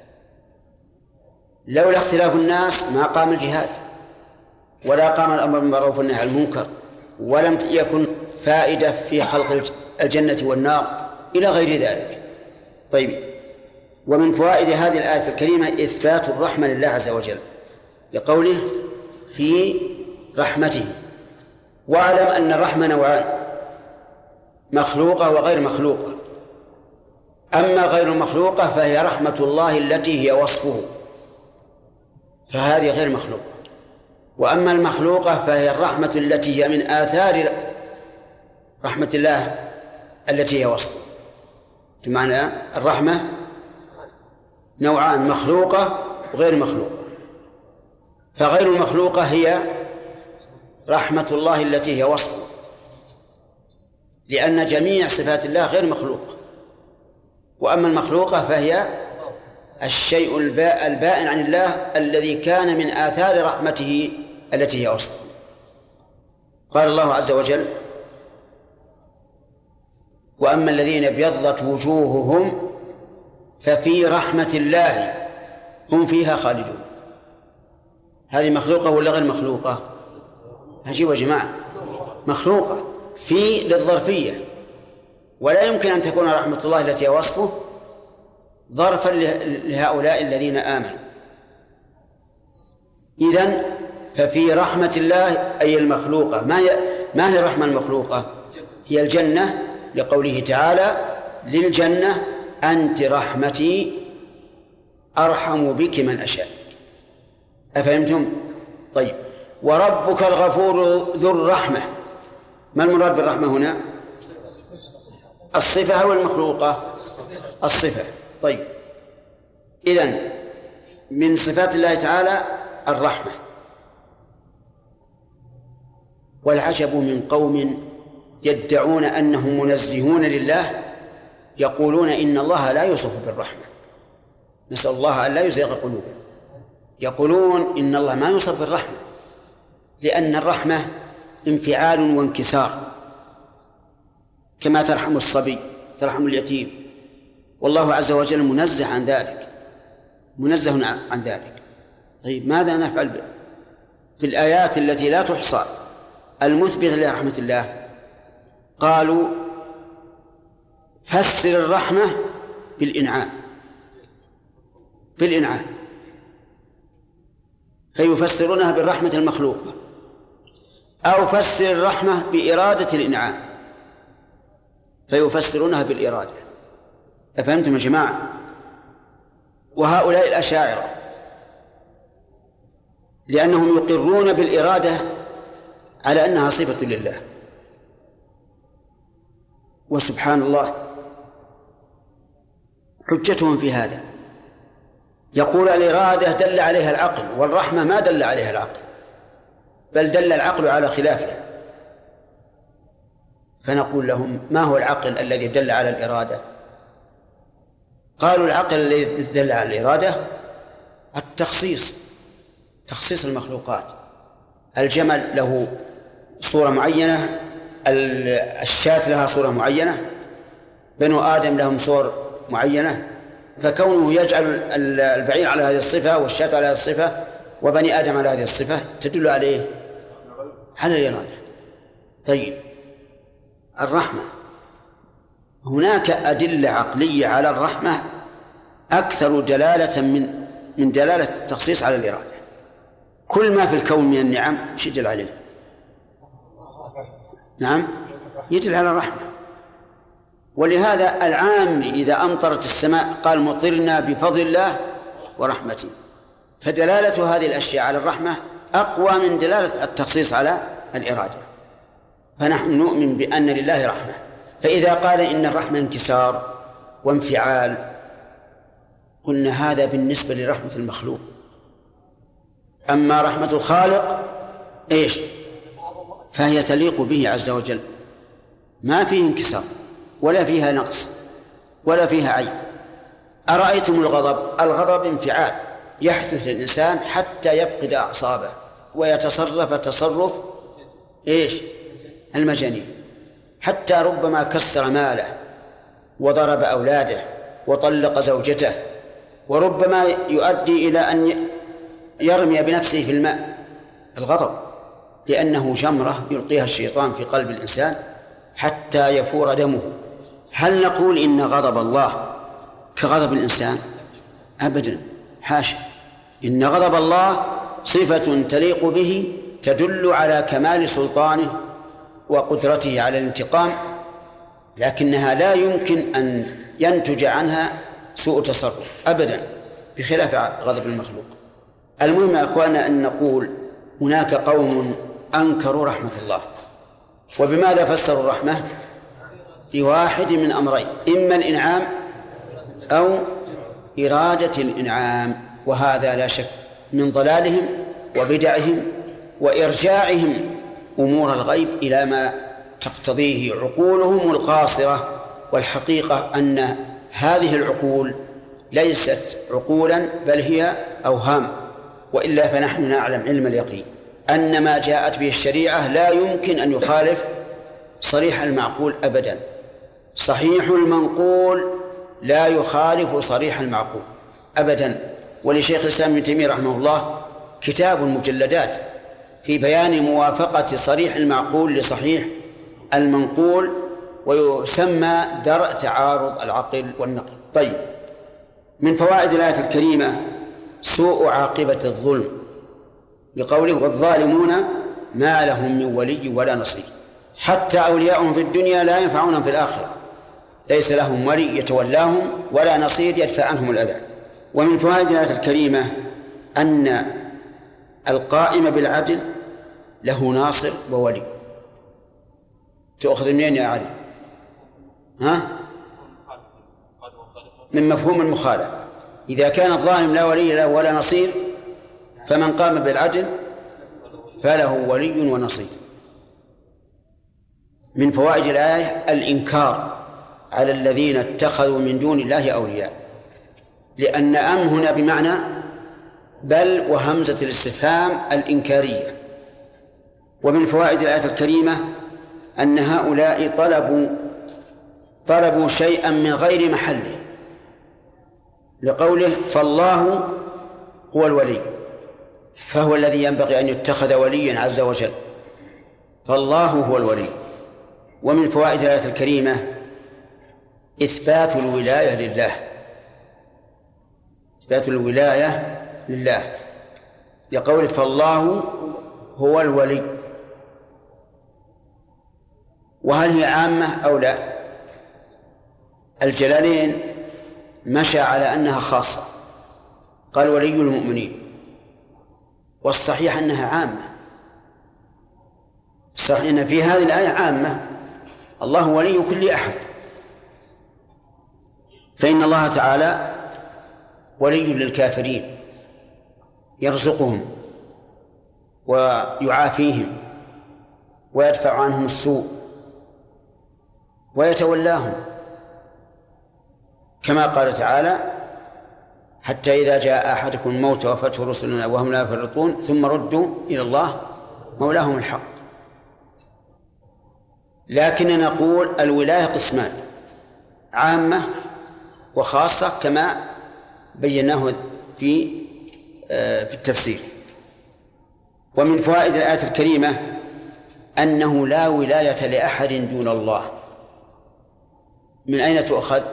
لولا اختلاف الناس ما قام الجهاد ولا قام الأمر بالمعروف والنهي عن المنكر، ولم يكن فائدة في خلق الجنة والنار إلى غير ذلك. طيب، ومن فوائد هذه الآية الكريمة إثبات الرحمة لله عز وجل لقوله في رحمته. واعلم أن الرحمة نوعان: مخلوقة وغير مخلوقة. أما غير المخلوقة فهي رحمة الله التي هي وصفه، فهذه غير مخلوقة. وأما المخلوقة فهي الرحمة التي هي من آثار رحمة الله التي هي وصفه. بمعنى الرحمة نوعان: مخلوقة وغير مخلوقة. فغير المخلوقة هي رحمة الله التي هي وصفه، لأن جميع صفات الله غير مخلوقة. وأما المخلوقة فهي الشيء البائن عن الله الذي كان من آثار رحمته التي هي وصفه. قال الله عز وجل: وأما الذين ابيضت وجوههم ففي رحمة الله هم فيها خالدون. هذه مخلوقة ولا غير مخلوقة؟ عجيب يا جماعة، مخلوقة في للظرفية، ولا يمكن أن تكون رحمة الله التي وصفه ظرفا لهؤلاء الذين آمنوا. إذن ففي رحمة الله أي المخلوقة. ما هي الرحمة المخلوقة؟ هي الجنة، لقوله تعالى: للجنة أنت رحمتي أرحم بك من أشاء. أفهمتم؟ طيب، وربك الغفور ذو الرحمة. ما المراد بالرحمة هنا؟ الصفة أو المخلوقة؟ الصفة. طيب، إذن من صفات الله تعالى الرحمة. والعجب من قوم يدعون أنهم منزهون لله يقولون إن الله لا يوصف بالرحمة. نسأل الله أن لا يزيغ قلوبنا. يقولون إن الله ما يوصف بالرحمة، لأن الرحمة انفعال وانكسار، كما ترحم الصبي ترحم اليتيم، والله عز وجل منزه عن ذلك، منزه عن ذلك. طيب، ماذا نفعل في الآيات التي لا تحصى المثبتة لرحمة الله؟ قالوا: فسر الرحمة بالإنعام، بالإنعام، فيفسرونها بالرحمة المخلوقة، أو فسر الرحمة بإرادة الإنعام فيفسرونها بالإرادة. أفهمتم يا جماعة؟ وهؤلاء الأشاعرة لأنهم يقرون بالإرادة على أنها صفة لله. وسبحان الله حجتهم في هذا، يقول الإرادة دل عليها العقل، والرحمة ما دل عليها العقل، بل دل العقل على خلافها. فنقول لهم: ما هو العقل الذي دل على الإرادة؟ قالوا: العقل الذي دل على الإرادة التخصيص، تخصيص المخلوقات. الجمل له صورة معينة، الشاة لها صورة معينة، بنو آدم لهم صور معينة، فكونه يجعل البعير على هذه الصفة والشاة على هذه الصفة وبني آدم على هذه الصفة تدل عليه على الإرادة. طيب، الرحمة هناك أدلة عقلية على الرحمة أكثر دلالة من دلالة التخصيص على الإرادة. كل ما في الكون من النعم ايش يدل عليه؟ نعم، يدل على الرحمة. ولهذا العام إذا أمطرت السماء قال مطرنا بفضل الله ورحمته، فدلالة هذه الأشياء على الرحمة أقوى من دلالة التخصيص على الإرادة. فنحن نؤمن بأن لله رحمة. فإذا قال إن الرحمة انكسار وانفعال، قلنا هذا بالنسبة لرحمة المخلوق. أما رحمة الخالق إيش؟ فهي تليق به عز وجل، ما فيه انكسار ولا فيها نقص ولا فيها عيب. أرأيتم الغضب؟ الغضب انفعال يحدث للإنسان حتى يفقد أعصابه ويتصرف تصرف إيش؟ المجانين، حتى ربما كسر ماله وضرب أولاده وطلق زوجته، وربما يؤدي إلى أن يرمي بنفسه في الماء. الغضب لأنه جمرة يلقيها الشيطان في قلب الإنسان حتى يفور دمه. هل نقول إن غضب الله كغضب الإنسان؟ أبدا، حاشا. إن غضب الله صفة تليق به تدل على كمال سلطانه وقدرته على الانتقام، لكنها لا يمكن أن ينتج عنها سوء تصرف أبدا، بخلاف غضب المخلوق. المهم يا أخوانا أن نقول هناك قوم أنكروا رحمة الله. وبماذا فسروا الرحمة؟ بواحد من أمرين: إما الإنعام أو إرادة الإنعام، وهذا لا شك من ضلالهم وبدعهم وإرجاعهم أمور الغيب إلى ما تقتضيه عقولهم القاصرة. والحقيقة أن هذه العقول ليست عقولا بل هي أوهام، وإلا فنحن نعلم علم اليقين أن ما جاءت به الشريعة لا يمكن أن يخالف صريح المعقول أبدا. صحيح المنقول لا يخالف صريح المعقول أبدا. ولشيخ الإسلام ابن تيمية رحمه الله كتاب مجلدات في بيان موافقة صريح المعقول لصحيح المنقول، ويسمى درء تعارض العقل والنقل. طيب، من فوائد الآية الكريمة سوء عاقبة الظلم، بقوله والظالمون ما لهم من ولي ولا نصير. حتى أولياءهم في الدنيا لا ينفعونهم في الآخرة، ليس لهم ولي يتولاهم ولا نصير يدفع عنهم الأذى. ومن فوائد الآية الكريمة أن القائم بالعدل له ناصر وولي. تأخذ منين يا علي؟ من مفهوم المخالفة. إذا كان الظالم لا ولي له ولا نصير، فمن قام بالعدل فله ولي ونصير. من فوائد الآية الإنكار على الذين اتخذوا من دون الله أولياء، لأن أم هنا بمعنى بل وهمزة الاستفهام الإنكارية. ومن فوائد الآية الكريمة أن هؤلاء طلبوا شيئا من غير محله، لقوله فالله هو الولي، فهو الذي ينبغي أن يتخذ وليا عز وجل، فالله هو الولي. ومن فوائد الآية الكريمة إثبات الولاية لله، إثبات الولاية لله، لقوله فالله هو الولي. وهل هي عامة أو لا؟ الجلالين مشى على أنها خاصة، قال ولي المؤمنين، والصحيح أنها عامة. صحيح أن في هذه الآية عامة، الله ولي كل أحد، فإن الله تعالى ولي للكافرين، يرزقهم ويعافيهم ويدفع عنهم السوء ويتولاهم، كما قال تعالى حتى إذا جاء أحدكم الموت وفته رسلنا وهم لا يفرطون ثم ردوا إلى الله مولاهم الحق. لكن نقول الولاية قسمان: عامة وخاصة، كما بيناه في التفسير. ومن فوائد الآية الكريمة أنه لا ولاية لأحد دون الله. من أين تؤخذ؟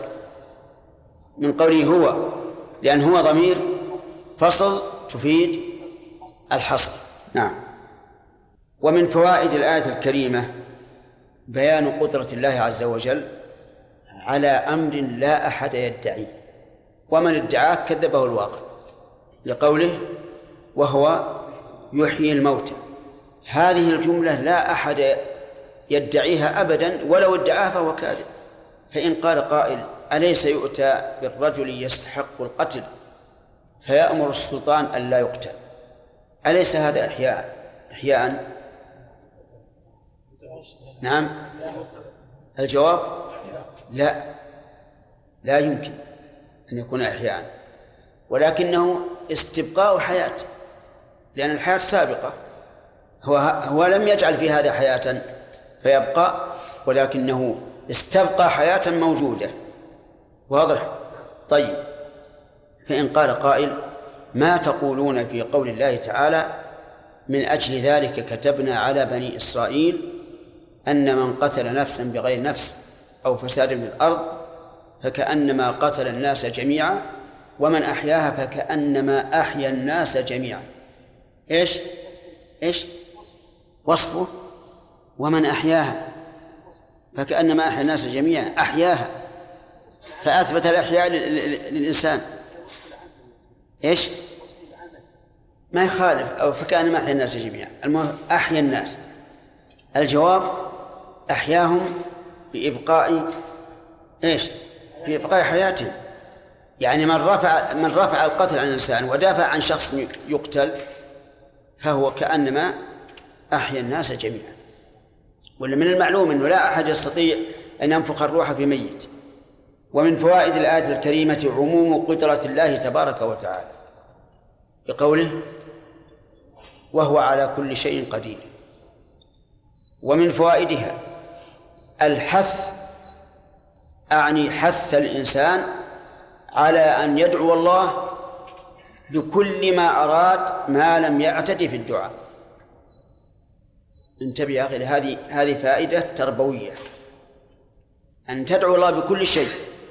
من قوله هو، لأن هو ضمير فصل تفيد الحصر. نعم. ومن فوائد الآية الكريمة بيان قدرة الله عز وجل على أمر لا أحد يدعيه، ومن ادعاه كذبه الواقع، لقوله وهو يحيي الموتى. هذه الجملة لا أحد يدعيها أبدا، ولو ادعاها فهو كاذب. فإن قال قائل أليس يؤتى بالرجل يستحق القتل فيأمر السلطان أن لا يقتل، أليس هذا إحياء؟ نعم. الجواب لا يمكن أن يكون إحياء، ولكنه استبقاء حياة، لأن الحياة سابقة. هو لم يجعل في هذا حياة فيبقى، ولكنه استبقى حياة موجودة. واضح؟ طيب، فإن قال قائل ما تقولون في قول الله تعالى من أجل ذلك كتبنا على بني إسرائيل أن من قتل نفسا بغير نفس أو فساد في الأرض فكأنما قتل الناس جميعا ومن أحياها فكأنما أحيا الناس جميعا. إيش وصفه؟ ومن أحياها فكأنما أحيا الناس جميعا، أحياها، فأثبت الإحياء للإنسان. ما يخالف، أو فكأنما أحيا الناس جميعا، أحيا الناس. الجواب أحياهم بإبقاء بإبقاء حياتهم. يعني من رفع القتل عن الإنسان ودافع عن شخص يقتل فهو كأنما أحيا الناس جميعا. ولا من المعلوم أنه لا أحد يستطيع أن ينفخ الروح في ميت. ومن فوائد الآية الكريمة عموم قدرة الله تبارك وتعالى بقوله وهو على كل شيء قدير. ومن فوائدها الحث، أعني حث الإنسان على أن يدعو الله بكل ما أراد ما لم يعتد في الدعاء. انتبه يا أخي، هذه فائدة تربوية، أن تدعو الله بكل شيء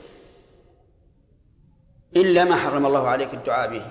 إلا ما حرم الله عليك الدعاء به،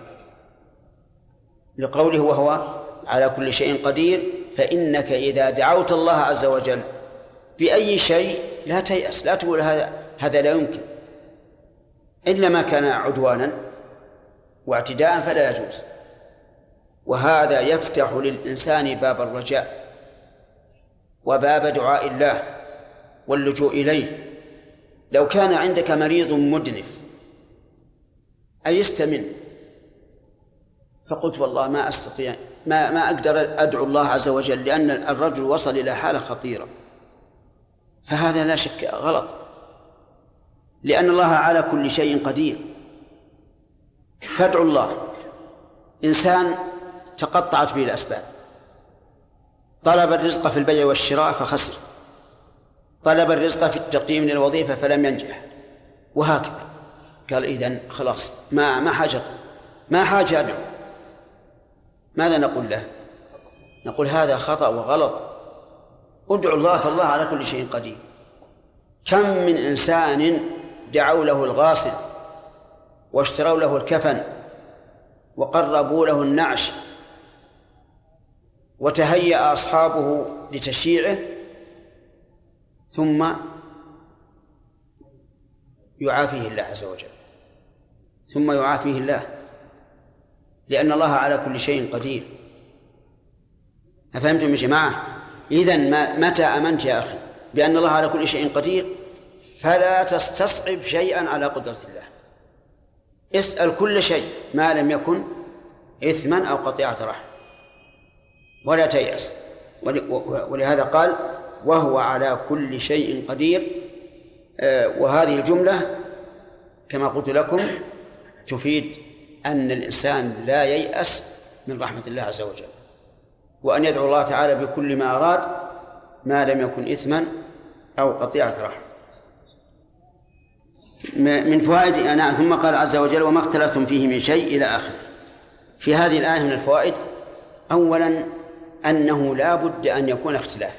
لقوله وهو على كل شيء قدير. فإنك إذا دعوت الله عز وجل بأي شيء لا تيأس، لا تقول هذا لا يمكن، إلا ما كان عدوانا واعتداء فلا يجوز. وهذا يفتح للإنسان باب الرجاء وباب دعاء الله واللجوء إليه. لو كان عندك مريض مدنف أيست منه فقلت والله ما أستطيع، ما أقدر أدعو الله عز وجل لأن الرجل وصل إلى حالة خطيرة، فهذا لا شك غلط، لأن الله على كل شيء قدير. فادعو الله. إنسان تقطعت به الأسباب، طلب الرزق في البيع والشراء فخسر، طلب الرزق في التقديم للوظيفة فلم ينجح، وهكذا. قال إذن خلاص ما حاجة أدعو. ماذا نقول له؟ نقول هذا خطأ وغلط، ادعو الله فالله على كل شيء قدير. كم من إنسان دعوا له الغاسل واشتروا له الكفن وقربوا له النعش وتهيأ أصحابه لتشييعه ثم يعافيه الله عز وجل، ثم يعافيه الله، لأن الله على كل شيء قدير. أفهمتم يا جماعة؟ إذن متى أمنت يا أخي بأن الله على كل شيء قدير فلا تستصعب شيئا على قدرة الله، اسأل كل شيء ما لم يكن إثما أو قطيعة رحم، ولا تيأس. ولهذا قال وهو على كل شيء قدير. وهذه الجملة كما قلت لكم تفيد أن الإنسان لا ييأس من رحمة الله عز وجل، وأن يدعو الله تعالى بكل ما أراد ما لم يكن إثما أو قطيعة رحم. من فوائد ثم قال عز وجل وما اختلفتم فيه من شيء إلى آخره. في هذه الآية من الفوائد أولا أنه لا بد أن يكون اختلاف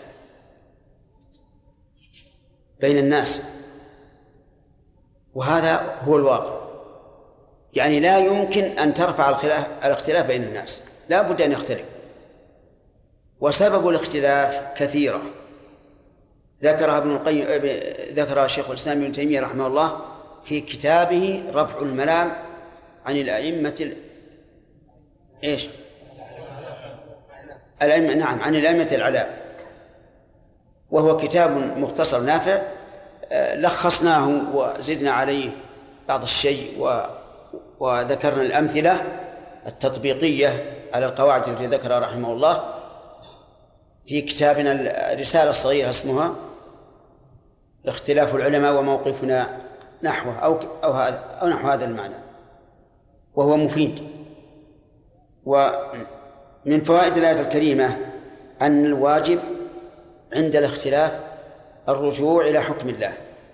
بين الناس، وهذا هو الواقع. يعني لا يمكن أن ترفع الاختلاف بين الناس لا بد أن يختلف. وسبب الاختلاف كثيرة ذكرها شيخ الإسلام ابن تيمية رحمه الله في كتابه رفع الملام عن الأئمة عن الأئمة الأعلام، وهو كتاب مختصر نافع، لخصناه وزدنا عليه بعض الشيء وذكرنا الأمثلة التطبيقية على القواعد التي ذكرها رحمه الله في كتابنا الرسالة الصغيرة اسمها اختلاف العلماء وموقفنا نحوه أو نحو هذا المعنى، وهو مفيد. ومن فوائد الآية الكريمة أن الواجب عند الاختلاف الرجوع إلى حكم الله،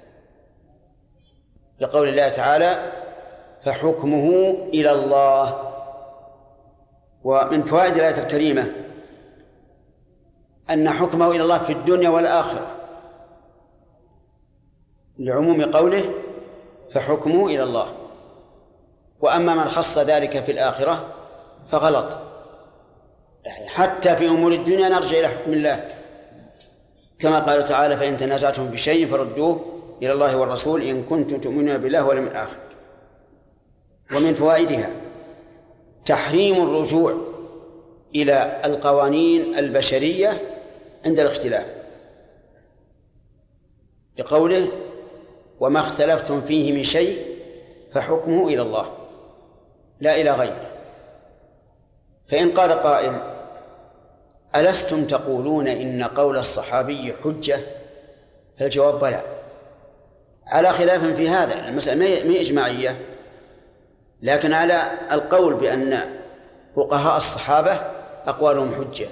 لقول الله تعالى فحكمه إلى الله. ومن فوائد الآية الكريمة أن حكمه إلى الله في الدنيا والآخرة، لعموم قوله فحكمه إلى الله. وأما من خص ذلك في الآخرة فغلط، حتى في أمور الدنيا نرجع إلى حكم الله، كما قال تعالى فإن تنازعتم بشيء فردوه إلى الله والرسول إن كنتم تؤمنون بالله واليوم الآخر. ومن فوائدها تحريم الرجوع إلى القوانين البشرية عند الاختلاف، لقوله وما اختلفتم فيه من شيء فحكمه إلى الله لا إلى غيره. فإن قال قائل ألستم تقولون إن قول الصحابي حجة؟ فالجواب بلى، على خلاف في هذا، المسألة ما إجماعية، لكن على القول بأن فقهاء الصحابة أقوالهم حجة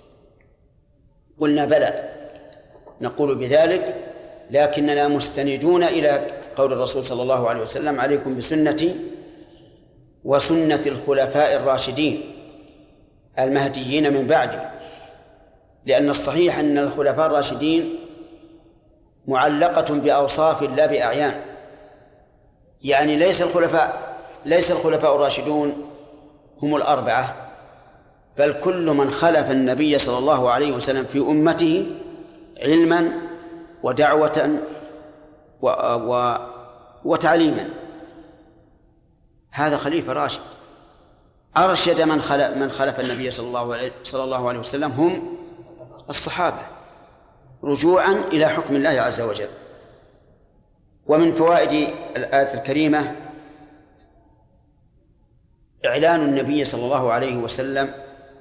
قلنا بلى، نقول بذلك، لكننا مستندون إلى قول الرسول صلى الله عليه وسلم عليكم بسنتي وسنة الخلفاء الراشدين المهديين من بعدي، لأن الصحيح أن الخلفاء الراشدين معلقة بأوصاف لا بأعيان، يعني ليس الخلفاء الراشدون هم الأربعة، بل كل من خلف النبي صلى الله عليه وسلم في أمته علما ودعوة وتعليما، هذا خليفة راشد. أرشد من خلف النبي صلى الله عليه وسلم هم الصحابة رجوعا إلى حكم الله عز وجل. ومن فوائد الآية الكريمة إعلان النبي صلى الله عليه وسلم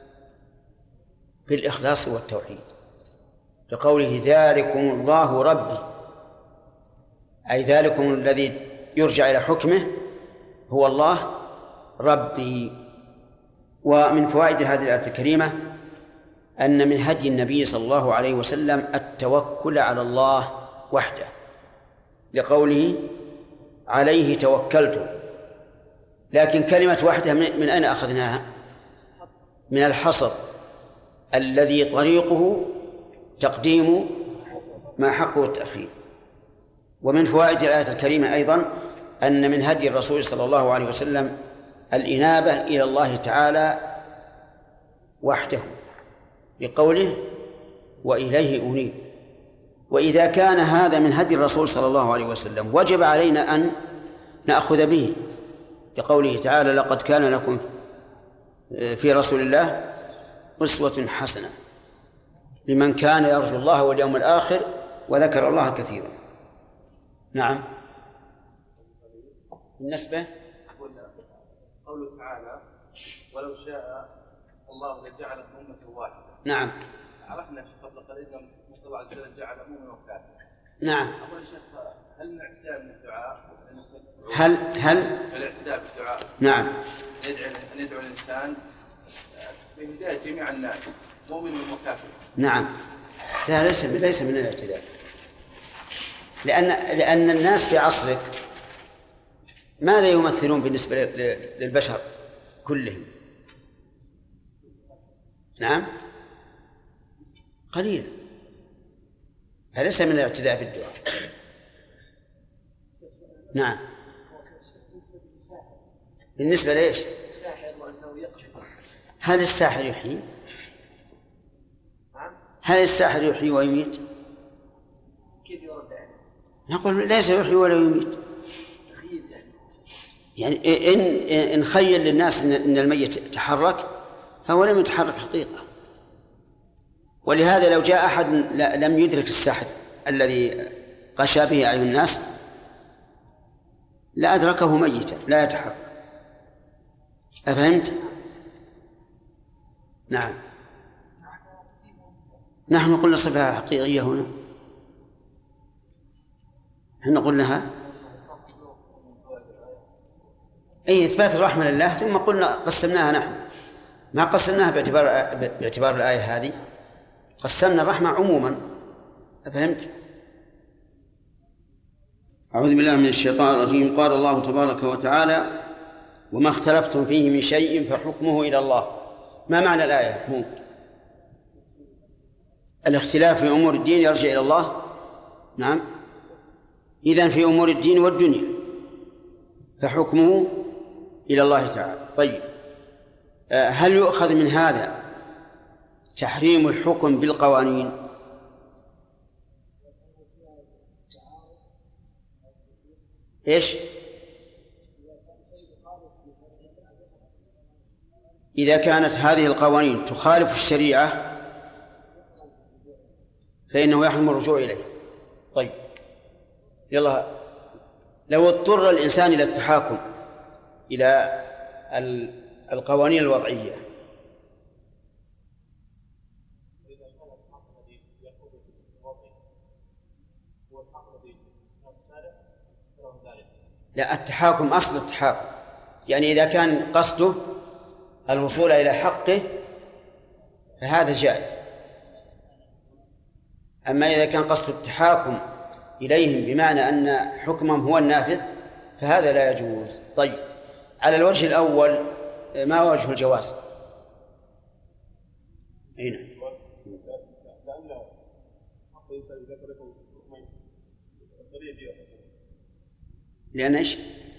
بالإخلاص والتوحيد، لقوله ذلكم الله ربي، أي ذلكم الذي يرجع إلى حكمه هو الله ربي. ومن فوائد هذه الآية الكريمة أن من هدي النبي صلى الله عليه وسلم التوكل على الله وحده، لقوله عليه توكلت. لكن كلمة وحده من أين أخذناها؟ من الحصر الذي طريقه تقديم ما حقه التأخير. ومن فوائد الآية الكريمة أيضا أن من هدي الرسول صلى الله عليه وسلم الإنابة إلى الله تعالى وحده، بقوله وإليه أنيب. وإذا كان هذا من هدي الرسول صلى الله عليه وسلم وجب علينا أن نأخذ به، لقوله تعالى لقد كان لكم في رسول الله أسوة حسنة لمن كان يرجو الله واليوم الآخر وذكر الله كثيرا. نعم. بالنسبة قوله تعالى ولو شاء الله لجعلكم أمة واحدة. نعم. عرفنا قبل قليل أن الله عز وجل جعل مؤمن وكافر. نعم. أقول الشيخ هل الاعتداء من الدعاء؟ هل الاعتداء بالدعاء؟ نعم. أن يدعو الإنسان بهداية جميع الناس مؤمن وكافر. نعم. لا، ليس من الاعتداء، لأن الناس في عصرك ماذا يمثلون بالنسبة للبشر كلهم؟ نعم، قليلا، فليس من الاعتداء بالدعاء. نعم. بالنسبة ليش؟ هل الساحر يحيي؟ هل الساحر يحيي ويميت؟ كيف يرد عليه؟ نقول ليس يحيي ولا يميت. يعني إن خيل للناس إن الميت تحرك فهو لم يتحرك حقيقة. ولهذا لو جاء أحد لم يدرك السحر الذي غشى به أعين الناس لا أدركه ميتا لا يتحرك. أفهمت؟ نعم. نحن قلنا صفة حقيقية هنا، احنا قلناها أي إثبات الرحمة لله، ثم قلنا قسمناها نحن، ما قسمناها باعتبار الآية هذه، قسمنا الرحمة عموما. أفهمت؟ أعوذ بالله من الشيطان الرجيم. قال الله تبارك وتعالى: وما اختلفتم فيه من شيء فحكمه إلى الله. ما معنى الآية محمود؟ الاختلاف في أمور الدين يرجع إلى الله. نعم، إذن في أمور الدين والدنيا فحكمه إلى الله تعالى. طيب، هل يؤخذ من هذا تحريم الحكم بالقوانين؟ إيش؟ إذا كانت هذه القوانين تخالف الشريعة فإنه يحرم الرجوع إليه. طيب، يلا، لو اضطر الإنسان إلى التحاكم إلى القوانين الوضعية لا، التحاكم أصل التحاكم، يعني إذا كان قصده الوصول إلى حقه فهذا جائز. أما إذا كان قصد التحاكم إليهم بمعنى أن حكمهم هو النافذ فهذا لا يجوز. طيب، على الوجه الأول ما وجه الجواز؟ هنا لأن إيش؟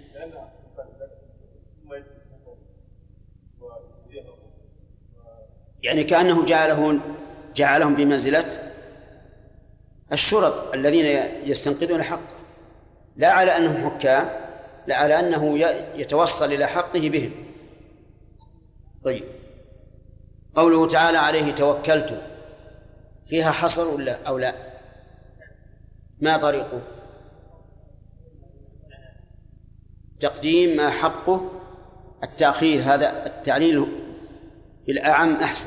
يعني كأنه جعلهم بمنزلة الشرط الذين يستنقذون حقه، لا على أنهم حكام، لا على أنه يتوصل إلى حقه بهم. طيب، قوله تعالى: عليه توكلت، فيها حصر ولا أو لا؟ ما طريقه؟ تقديم ما حقه التأخير، هذا التعليل بالأعم أحسن،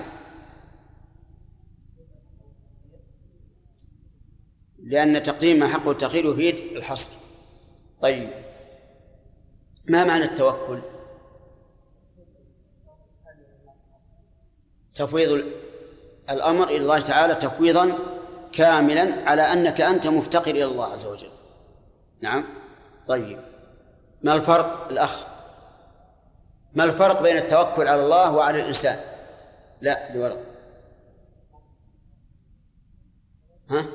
لأن تقديم ما حقه التأخير يفيد الحصر. طيب، ما معنى التوكل؟ تفويض الأمر إلى الله تعالى تفويضا كاملا على أنك أنت مفتقر إلى الله عز وجل. نعم. طيب، ما الفرق الأخ؟ ما الفرق بين التوكل على الله وعلى الإنسان؟ لا، بورق. ها؟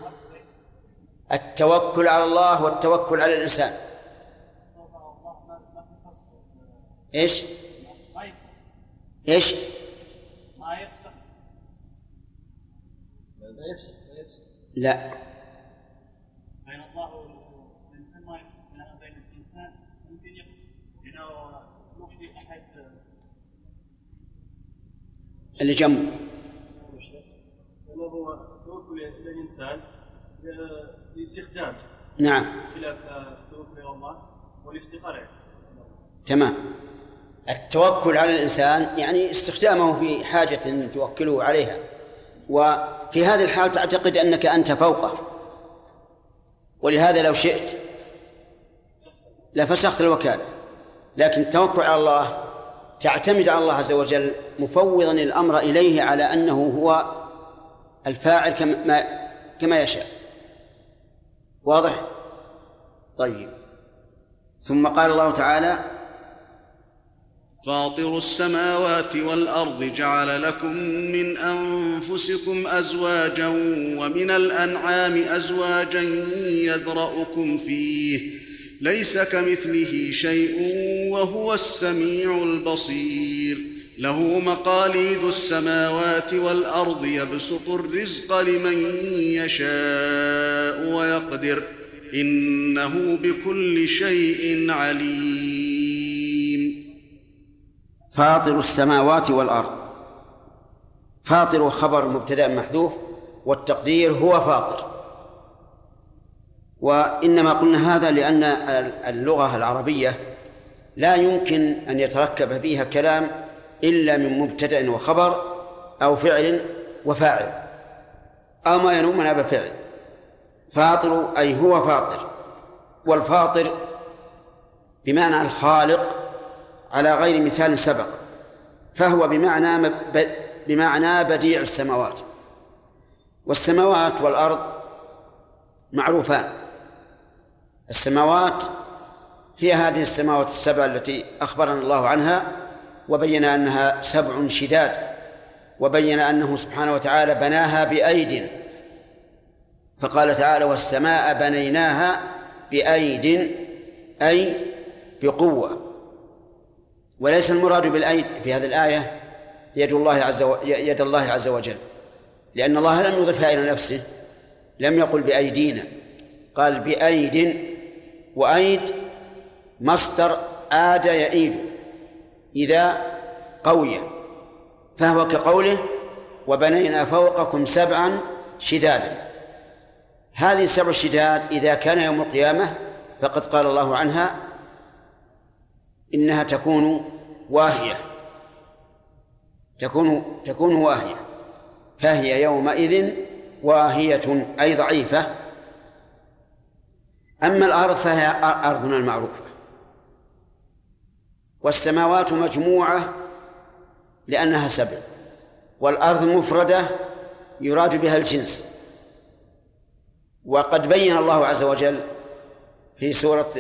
التوكل على الله والتوكل على الإنسان إيش؟ إيش؟ ما يفسخ. لا، بين الله والإنسان ما يفسخ، لأن بين الإنسان ممكن يفسخ، لأنه يخفي أحد اللي جنبه. لأنه هو توكل إلى الإنسان لاستخدام. نعم، خلاف التوكل إلى الله والافتقار. تمام. التوكل على الإنسان يعني استخدامه في حاجة توكله عليها، وفي هذه الحال تعتقد أنك أنت فوقه، ولهذا لو شئت لفسخت الوكالة. لكن التوكل على الله تعتمد على الله عز وجل مفوضا الأمر إليه على أنه هو الفاعل كما يشاء. واضح؟ طيب، ثم قال الله تعالى: فاطر السماوات والأرض جعل لكم من أنفسكم أزواجا ومن الأنعام أزواجا يذرأكم فيه ليس كمثله شيء وهو السميع البصير له مقاليد السماوات والأرض يبسط الرزق لمن يشاء ويقدر إنه بكل شيء عليم. فاطر السماوات والأرض. فاطر خبر مبتدأ محذوف، والتقدير هو فاطر. وإنما قلنا هذا لأن اللغة العربية لا يمكن أن يتركب فيها كلام إلا من مبتدأ وخبر أو فعل وفاعل أو ما ينوم من بفعل. فاطر أي هو فاطر، والفاطر بمعنى الخالق على غير مثال سبق، فهو بمعنى بديع السماوات. والسماوات والأرض معروفان. السماوات هي هذه السماوات السبع التي أخبرنا الله عنها، وبين أنها 7 شداد، وبين أنه سبحانه وتعالى بناها بأيد، فقال تعالى: والسماء بنيناها بأيد، أي بقوة. وليس المراد بالأيد في هذه الآية يد الله عز وجل، لأن الله لم يضفها إلى نفسه، لم يقل بأيدينا، قال بأيد. وأيد مصدر آد يئيد إذا قوي، فهو كقوله: وبنينا فوقكم 7 شدادا. هذه 7 شداد إذا كان يوم القيامة فقد قال الله عنها إنها تكون واهية، تكون واهية، فهي يومئذ واهية أي ضعيفة. أما الأرض فهي أرضنا المعروفة. والسماوات مجموعة لأنها 7، والأرض مفردة يراد بها الجنس. وقد بين الله عز وجل في سورة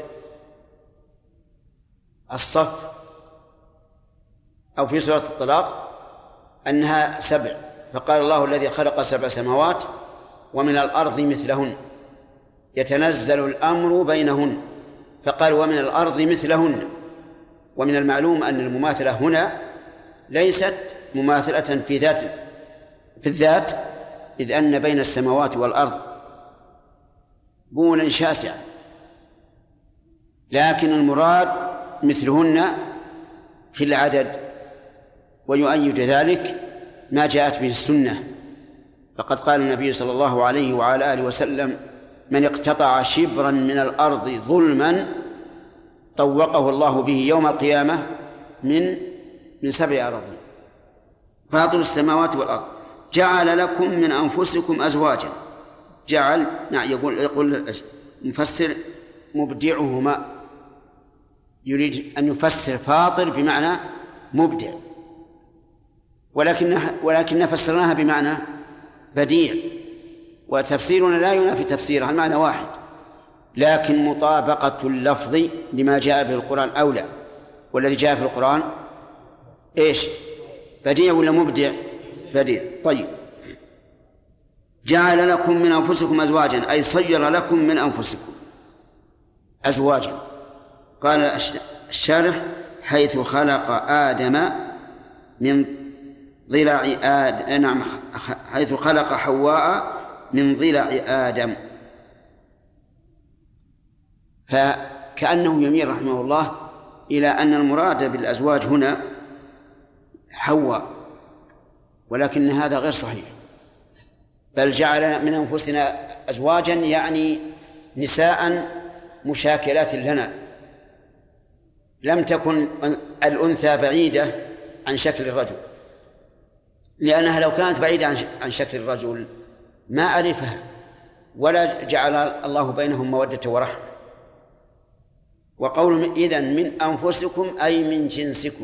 الصف أو في سورة الطلاق أنها 7، فقال: الله الذي خلق 7 سماوات ومن الأرض مثلهن يتنزل الأمر بينهن، فقال: ومن الأرض مثلهن. ومن المعلوم أن المماثلة هنا ليست مماثلة في الذات، إذ أن بين السماوات والأرض بونا شاسعا، لكن المراد مثلهن في العدد. ويؤيد ذلك ما جاءت به السنة، فقد قال النبي صلى الله عليه وعلى آله وسلم: من اقتطع شبرا من الأرض ظلما طوقه الله به يوم القيامة من 7 أراضين. فاطر السماوات والأرض جعل لكم من أنفسكم أزواجا. جعل، نعم، يقول مفسر مبدعهما، يريد أن يفسر فاطر بمعنى مبدع، ولكن فسرناها بمعنى بديع، وتفسيرنا لا ينافي تفسيرها، المعنى واحد، لكن مطابقة اللفظ لما جاء به القرآن أولى. والذي جاء في القرآن إيش؟ بديع ولا مبدع؟ بديع. طيب، جعل لكم من أنفسكم أزواجا أي صير لكم من أنفسكم أزواجا. قال الشارح: حيث خلق آدم من ضلع آدم، نعم، حيث خلق حواء من ضلع آدم. فكأنه يميل رحمه الله إلى أن المراد بالأزواج هنا حواء، ولكن هذا غير صحيح، بل جعل من أنفسنا أزواجا يعني نساء مشاكلات لنا، لم تكن الأنثى بعيدة عن شكل الرجل، لأنها لو كانت بعيدة عن شكل الرجل ما ألفها ولا جعل الله بينهم مودة ورحمة. وقول إذن من أنفسكم أي من جنسكم،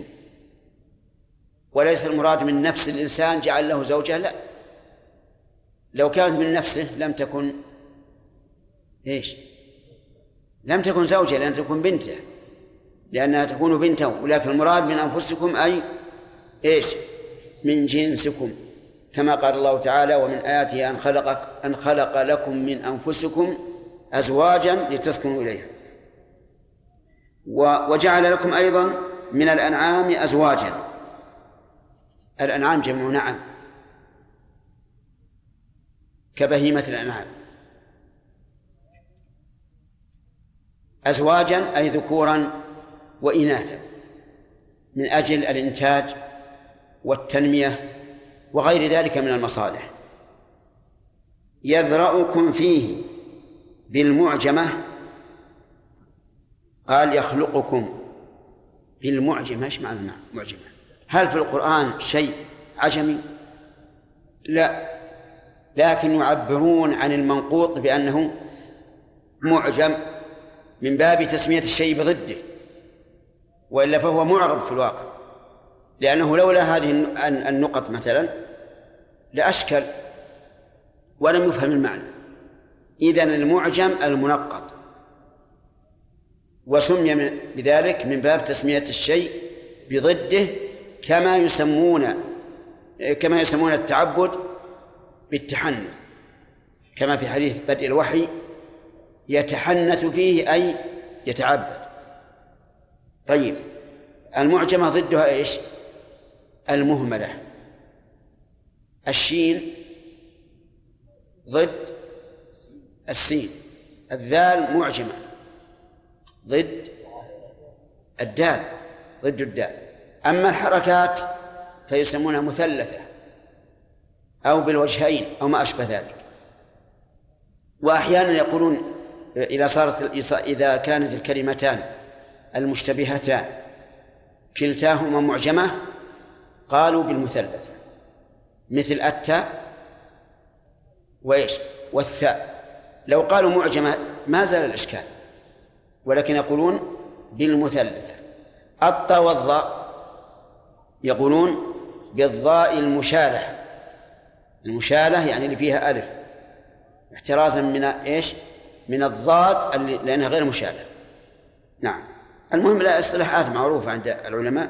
وليس المراد من نفس الإنسان جعل له زوجة، لا، لو كانت من نفسه لم تكن إيش؟ لم تكن زوجة، لأن تكون بنته، لأنها تكون بنته. ولكن المراد من أنفسكم أي إيش؟ من جنسكم، كما قال الله تعالى: ومن آياته أن خلق لكم من أنفسكم أزواجا لتسكنوا إليها. وجعل لكم أيضا من الأنعام أزواجا، الأنعام جمع نعم، كبهيمة الأنعام. أزواجا أي ذكورا وإناثا من أجل الإنتاج والتنمية وغير ذلك من المصالح. يذرأكم فيه بالمعجمة، قال يخلقكم بالمعجمة. ايش معنى معجمة؟ هل في القرآن شيء عجمي؟ لا، لكن يعبرون عن المنقوط بأنه معجم من باب تسمية الشيء بضده، وإلا فهو معرب في الواقع، لأنه لولا هذه النقط مثلا لأشكل ولم يفهم المعنى. إذن المعجم المنقط، وسمي بذلك من باب تسمية الشيء بضده، كما يسمون التعبد بالتحنث، كما في حديث بدء الوحي يتحنث فيه أي يتعبد. طيب، المعجمة ضدها إيش؟ المهملة. الشين ضد السين، الذال معجمة ضد الدال، ضد الدال. أما الحركات فيسمونها مثلثة أو بالوجهين أو ما أشبه ذلك. وأحيانا يقولون إذا كانت الكلمتان المشتبهتان كلتاهما معجمة قالوا بالمثلثة، مثل التاء وإيش والثاء. لو قالوا معجمة ما زال الإشكال، ولكن يقولون بالمثلثة. الطاء والضاء يقولون بالضاء المشالة، المشالة يعني اللي فيها ألف، احترازا من إيش؟ من الضاد لأنها غير مشالة. نعم. المهم لا اصطلاحات معروفة عند العلماء.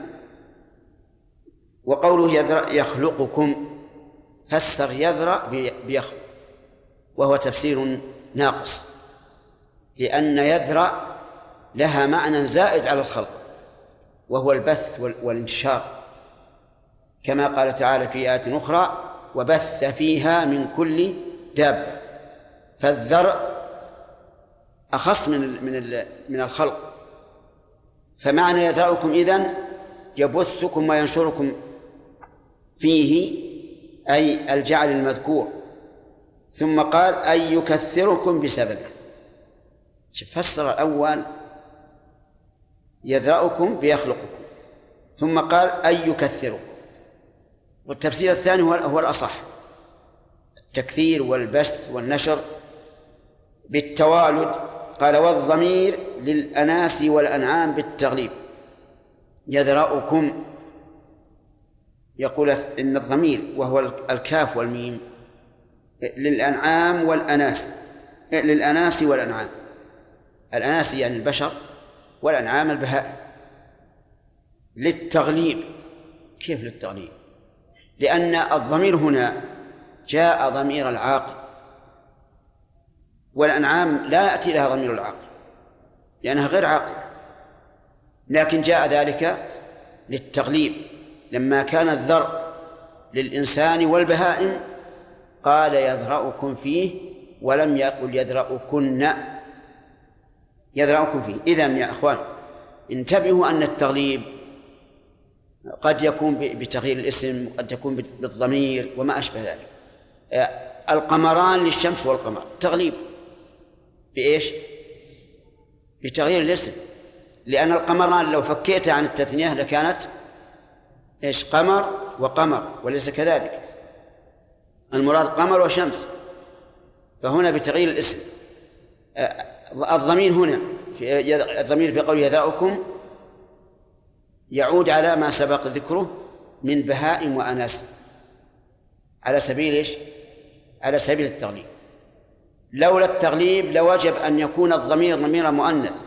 وقوله يخلقكم، فسر يذرأ بيخلق، وهو تفسير ناقص، لأن يذرأ لها معنى زائد على الخلق، وهو البث والانتشار، كما قال تعالى في آيات أخرى وبث فيها من كل دابة. فالذرء أخص من الخلق. فمعنى يذرأكم إذن يبثكم وينشركم فيه، أي الجعل المذكور. ثم قال أن يكثركم بسببه. فسر الأول يذرأكم بيخلقكم، ثم قال أن يكثركم. والتفسير الثاني هو الأصح، التكثير والبث والنشر بالتوالد. قال والضمير للأناس والأنعام بالتغليب. يذرأكم يقول إن الضمير وهو الكاف والميم للأنعام والأناس، للأناس والأنعام. الأناس يعني البشر، والأنعام البهائم. للتغليب. كيف للتغليب؟ لأن الضمير هنا جاء ضمير العاقل، والأنعام لا يأتي لها ضمير العاقل لأنها غير عاقلة، لكن جاء ذلك للتغليب. لما كان الذرء للإنسان والبهائم قال يذرأكم فيه، ولم يقل يذرأكن، يذرأكم فيه. إذن يا أخوان انتبهوا أن التغليب قد يكون بتغيير الاسم، قد يكون بالضمير وما أشبه ذلك. القمران للشمس والقمر تغليب بإيش؟ بتغيير الاسم، لأن القمران لو فكيت عن التثنية لكانت إيش؟ قمر وقمر، وليس كذلك. المراد قمر وشمس، فهنا بتغيير الاسم. الضمير هنا الضمير في قوله يذرأكم يعود على ما سبق ذكره من بهائم وأناس على سبيل إيش؟ على سبيل التغليب. لولا التغليب لوجب أن يكون الضمير ضمير مؤنث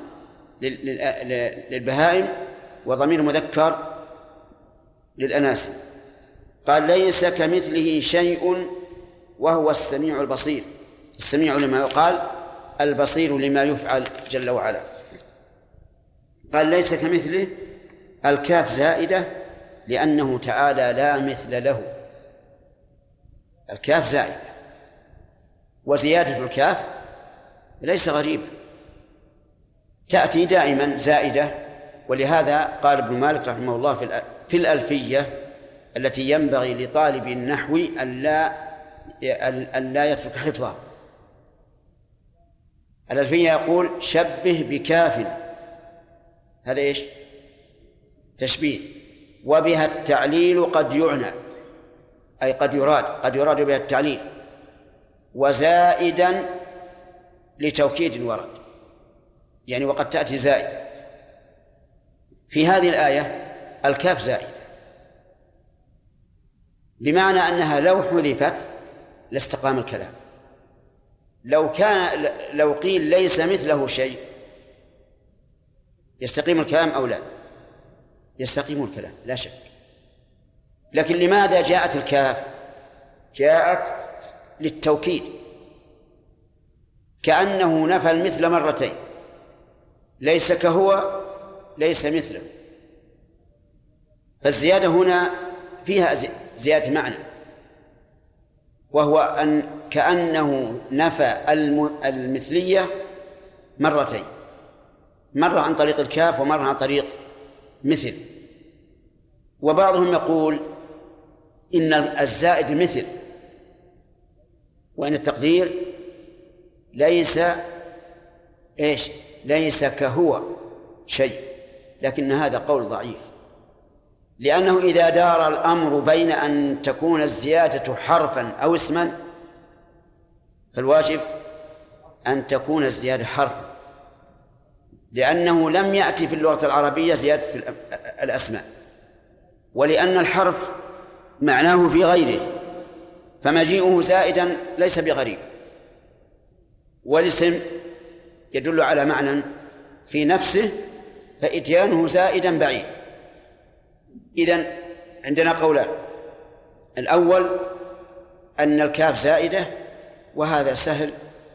للبهائم وضمير مذكر للأناس. قال ليس كمثله شيء وهو السميع البصير. السميع لما يقال، البصير لما يفعل جل وعلا. قال ليس كمثله، الكاف زائدة لأنه تعالى لا مثل له. الكاف زائدة، وزيادة الكاف ليس غريبة، تأتي دائما زائدة. ولهذا قال ابن مالك رحمه الله في الألفية التي ينبغي لطالب النحو أن لا يترك حفظها. الألفية يقول: شبه بكاف، هذا إيش؟ تشبيه. وبها التعليل قد يعنى، أي قد يراد بها التعليل، وزائدا لتوكيد ورد، يعني وقد تأتي زائدة. في هذه الآية الكاف زائدة، بمعنى أنها لو حذفت لاستقام الكلام. لو قيل ليس مثله شيء يستقيم الكلام أو لا؟ يستقيم الكلام لا شك. لكن لماذا جاءت الكاف؟ جاءت للتوكيد، كأنه نفى المثل مرتين، ليس كهو ليس مثله. فالزيادة هنا فيها زيادة معنى، وهو أن كأنه نفى المثلية مرتين، مرة عن طريق الكاف ومرة عن طريق مثل. وبعضهم يقول إن الزائد مثل، وإن التقدير ليس كهو شيء. لكن هذا قول ضعيف، لأنه إذا دار الأمر بين أن تكون الزيادة حرفا أو اسما فالواجب أن تكون الزيادة حرفا، لأنه لم يأتي في اللغة العربية زيادة في الأسماء، ولأن الحرف معناه في غيره، فمجيئه زائدا ليس بغريب. والاسم يدل على معنى في نفسه، فإتيانه زائدا بعيد. إذن عندنا قولان: الأول أن الكاف زائدة، وهذا سهل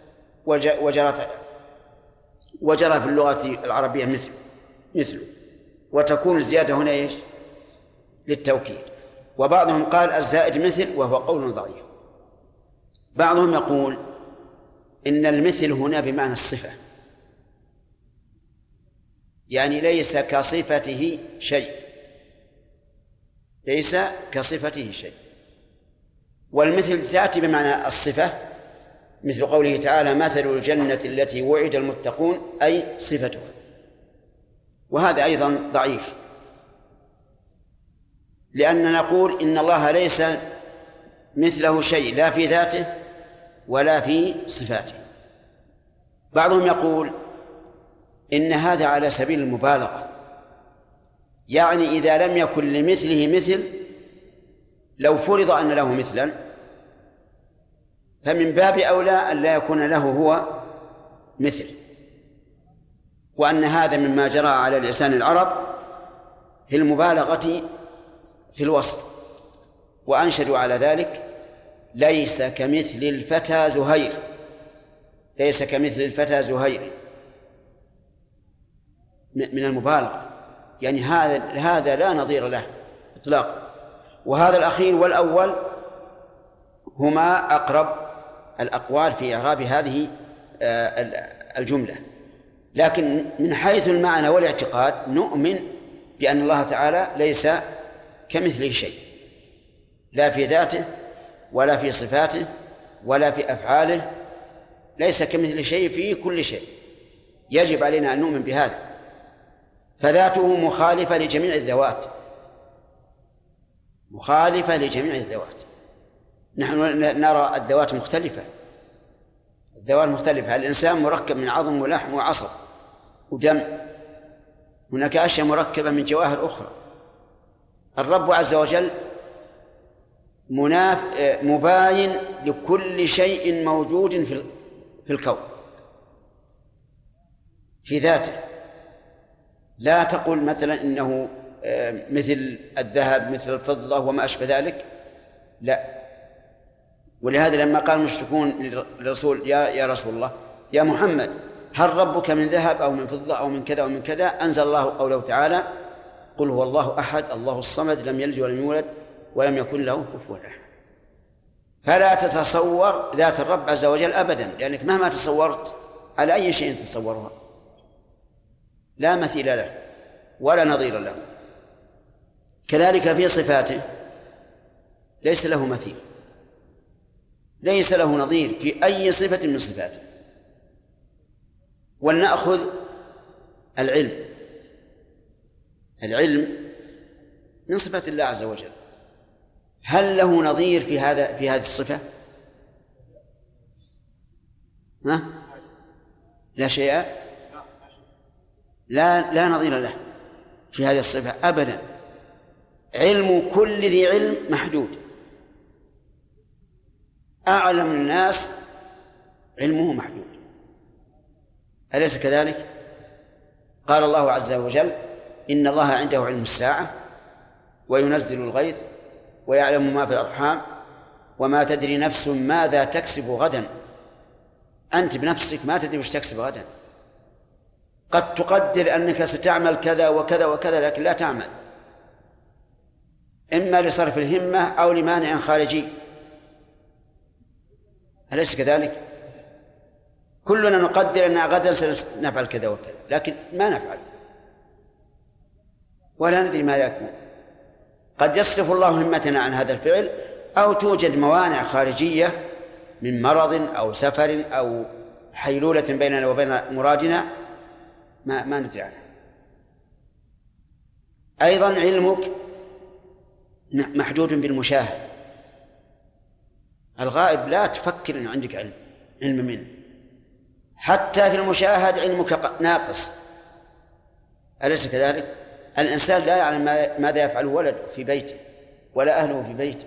وجرى في اللغة العربية مثله، وتكون الزيادة هنا للتوكيد. وبعضهم قال الزائد مثل، وهو قول ضعيف. بعضهم يقول إن المثل هنا بمعنى الصفة، يعني ليس كصفته شيء، ليس كصفته شيء. والمثل تأتي بمعنى الصفة، مثل قوله تعالى: مثل الجنة التي وعد المتقون، أي صفتها. وهذا أيضا ضعيف، لأننا نقول إن الله ليس مثله شيء، لا في ذاته ولا في صفاته. بعضهم يقول إن هذا على سبيل المبالغة، يعني إذا لم يكن لمثله مثل، لو فرض أن له مثلا فمن باب أولى أن لا يكون له هو مثل، وأن هذا مما جرى على لسان العرب في المبالغة في الوصف. وأنشدوا على ذلك: ليس كمثل الفتى زهير، ليس كمثل الفتى زهير، من المبالغة، يعني هذا لا نظير له إطلاقا. وهذا الأخير والأول هما أقرب الأقوال في إعراب هذه الجملة. لكن من حيث المعنى والاعتقاد نؤمن بأن الله تعالى ليس كمثله شيء، لا في ذاته ولا في صفاته ولا في أفعاله، ليس كمثله شيء في كل شيء. يجب علينا أن نؤمن بهذا. فذاته مخالفة لجميع الذوات، مخالفة لجميع الذوات. نحن نرى الذوات مختلفة، الذوات مختلفة. الإنسان مركب من عظم ولحم وعصب ودم، هناك أشياء مركبة من جواهر أخرى. الرب عز وجل مباين لكل شيء موجود في الكون في ذاته. لا تقل مثلا إنه مثل الذهب مثل الفضة وما أشبه ذلك، لا. ولهذا لما قال المشركون للرسول: يا رسول الله، يا محمد، هل ربك من ذهب أو من فضة أو من كذا أو من كذا، أنزل الله قوله تعالى: قل هو الله أحد الله الصمد لم يلد ولم يولد ولم يكن له كفوا أحد. فلا تتصور ذات الرب عز وجل أبدا، لأنك مهما تصورت على أي شيء تتصورها لا مثيل له ولا نظير له. كذلك في صفاته ليس له مثيل، ليس له نظير في أي صفة من صفاته. ولنأخذ العلم. العلم من صفات الله عز وجل، هل له نظير في هذه الصفة؟ لا شيء، لا نظير له في هذه الصفة أبدا. علم كل ذي علم محدود، أعلم الناس علمه محدود، أليس كذلك؟ قال الله عز وجل إن الله عنده علم الساعة وينزل الغيث ويعلم ما في الأرحام وما تدري نفس ماذا تكسب غدا. أنت بنفسك ما تدري وش تكسب غدا، قد تقدر أنك ستعمل كذا وكذا وكذا لكن لا تعمل، إما لصرف الهمة أو لمانع خارجي، أليس كذلك؟ كلنا نقدر أن غدا سنفعل كذا وكذا لكن ما نفعل ولا ندري ما يكون. قد يصرف الله همتنا عن هذا الفعل أو توجد موانع خارجية من مرض أو سفر أو حيلولة بيننا وبين مرادنا ما ندري عنها. أيضا علمك محدود بالمشاهد، الغائب لا تفكر أن عندك علم منه، حتى في المشاهد علمك ناقص، أليس كذلك؟ الإنسان لا يعلم ماذا يفعل ولده في بيته ولا أهله في بيته،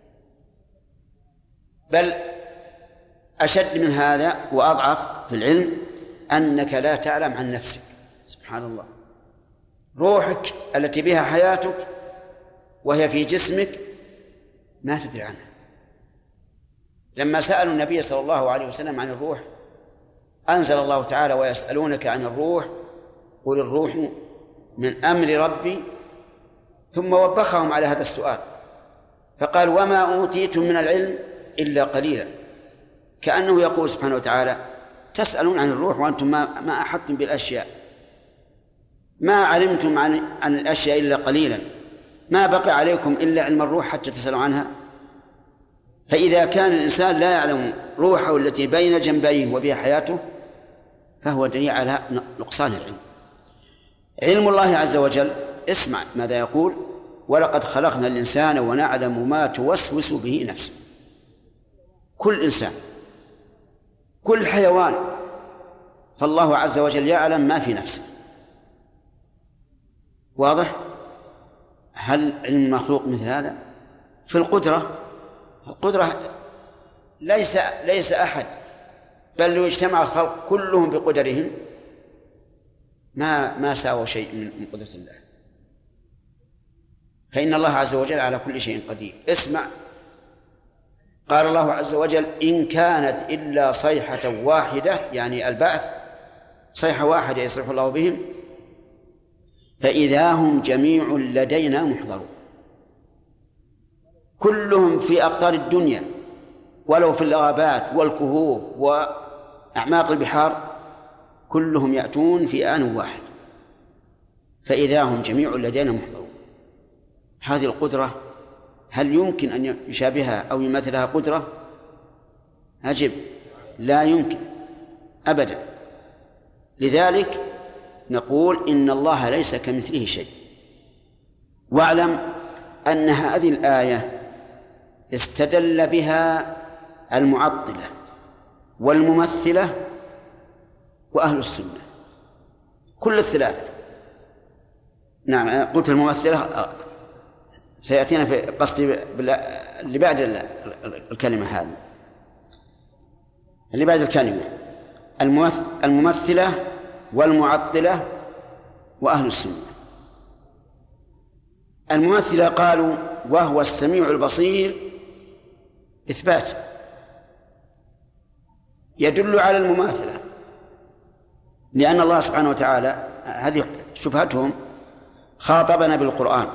بل أشد من هذا وأضعف في العلم أنك لا تعلم عن نفسك. سبحان الله، روحك التي بها حياتك وهي في جسمك ما تدري عنها. لما سألوا النبي صلى الله عليه وسلم عن الروح أنزل الله تعالى ويسألونك عن الروح قل الروح من أمر ربي، ثم وبخهم على هذا السؤال فقال وما أوتيتم من العلم إلا قليلا، كأنه يقول سبحانه وتعالى تسألون عن الروح وأنتم ما أحطتم بالأشياء، ما علمتم عن الأشياء إلا قليلا، ما بقي عليكم إلا علم الروح حتى تسألوا عنها. فإذا كان الإنسان لا يعلم روحه التي بين جنبيه وبها حياته فهو دليل على نقصان العلم. علم الله عز وجل اسمع ماذا يقول ولقد خلقنا الإنسان ونعلم ما توسوس به نفسه. كل إنسان كل حيوان فالله عز وجل يعلم ما في نفسه. واضح؟ هل علم المخلوق مثل هذا؟ في القدرة ليس أحد بل لو اجتمع الخلق كلهم بقدرهم ما ساووا شيء من قدرة الله، فإن الله عز وجل على كل شيء قدير. اسمع قال الله عز وجل إن كانت إلا صيحة واحدة، يعني البعث صيحة واحدة يصرخ الله بهم فإذا هم جميع لدينا محضرون. كلهم في أقطار الدنيا ولو في الغابات والكهوف وأعماق البحار كلهم يأتون في آن واحد فإذا هم جميع لدينا محضرون. هذه القدرة هل يمكن أن يشابهها أو يمثلها قدرة؟ أجب لا يمكن أبدا. لذلك نقول إن الله ليس كمثله شيء. واعلم أن هذه الآية استدل بها المعطلة والممثلة وأهل السنة كل الثلاثة. نعم قلت الممثلة سيأتينا في قصدي اللي بعد الكلمة هذه اللي بعد الكلمة الممثلة والمعطلة وأهل السنة. الممثلة قالوا وهو السميع البصير إثبات يدل على المماثلة، لأن الله سبحانه وتعالى هذه شبهتهم خاطبنا بالقرآن،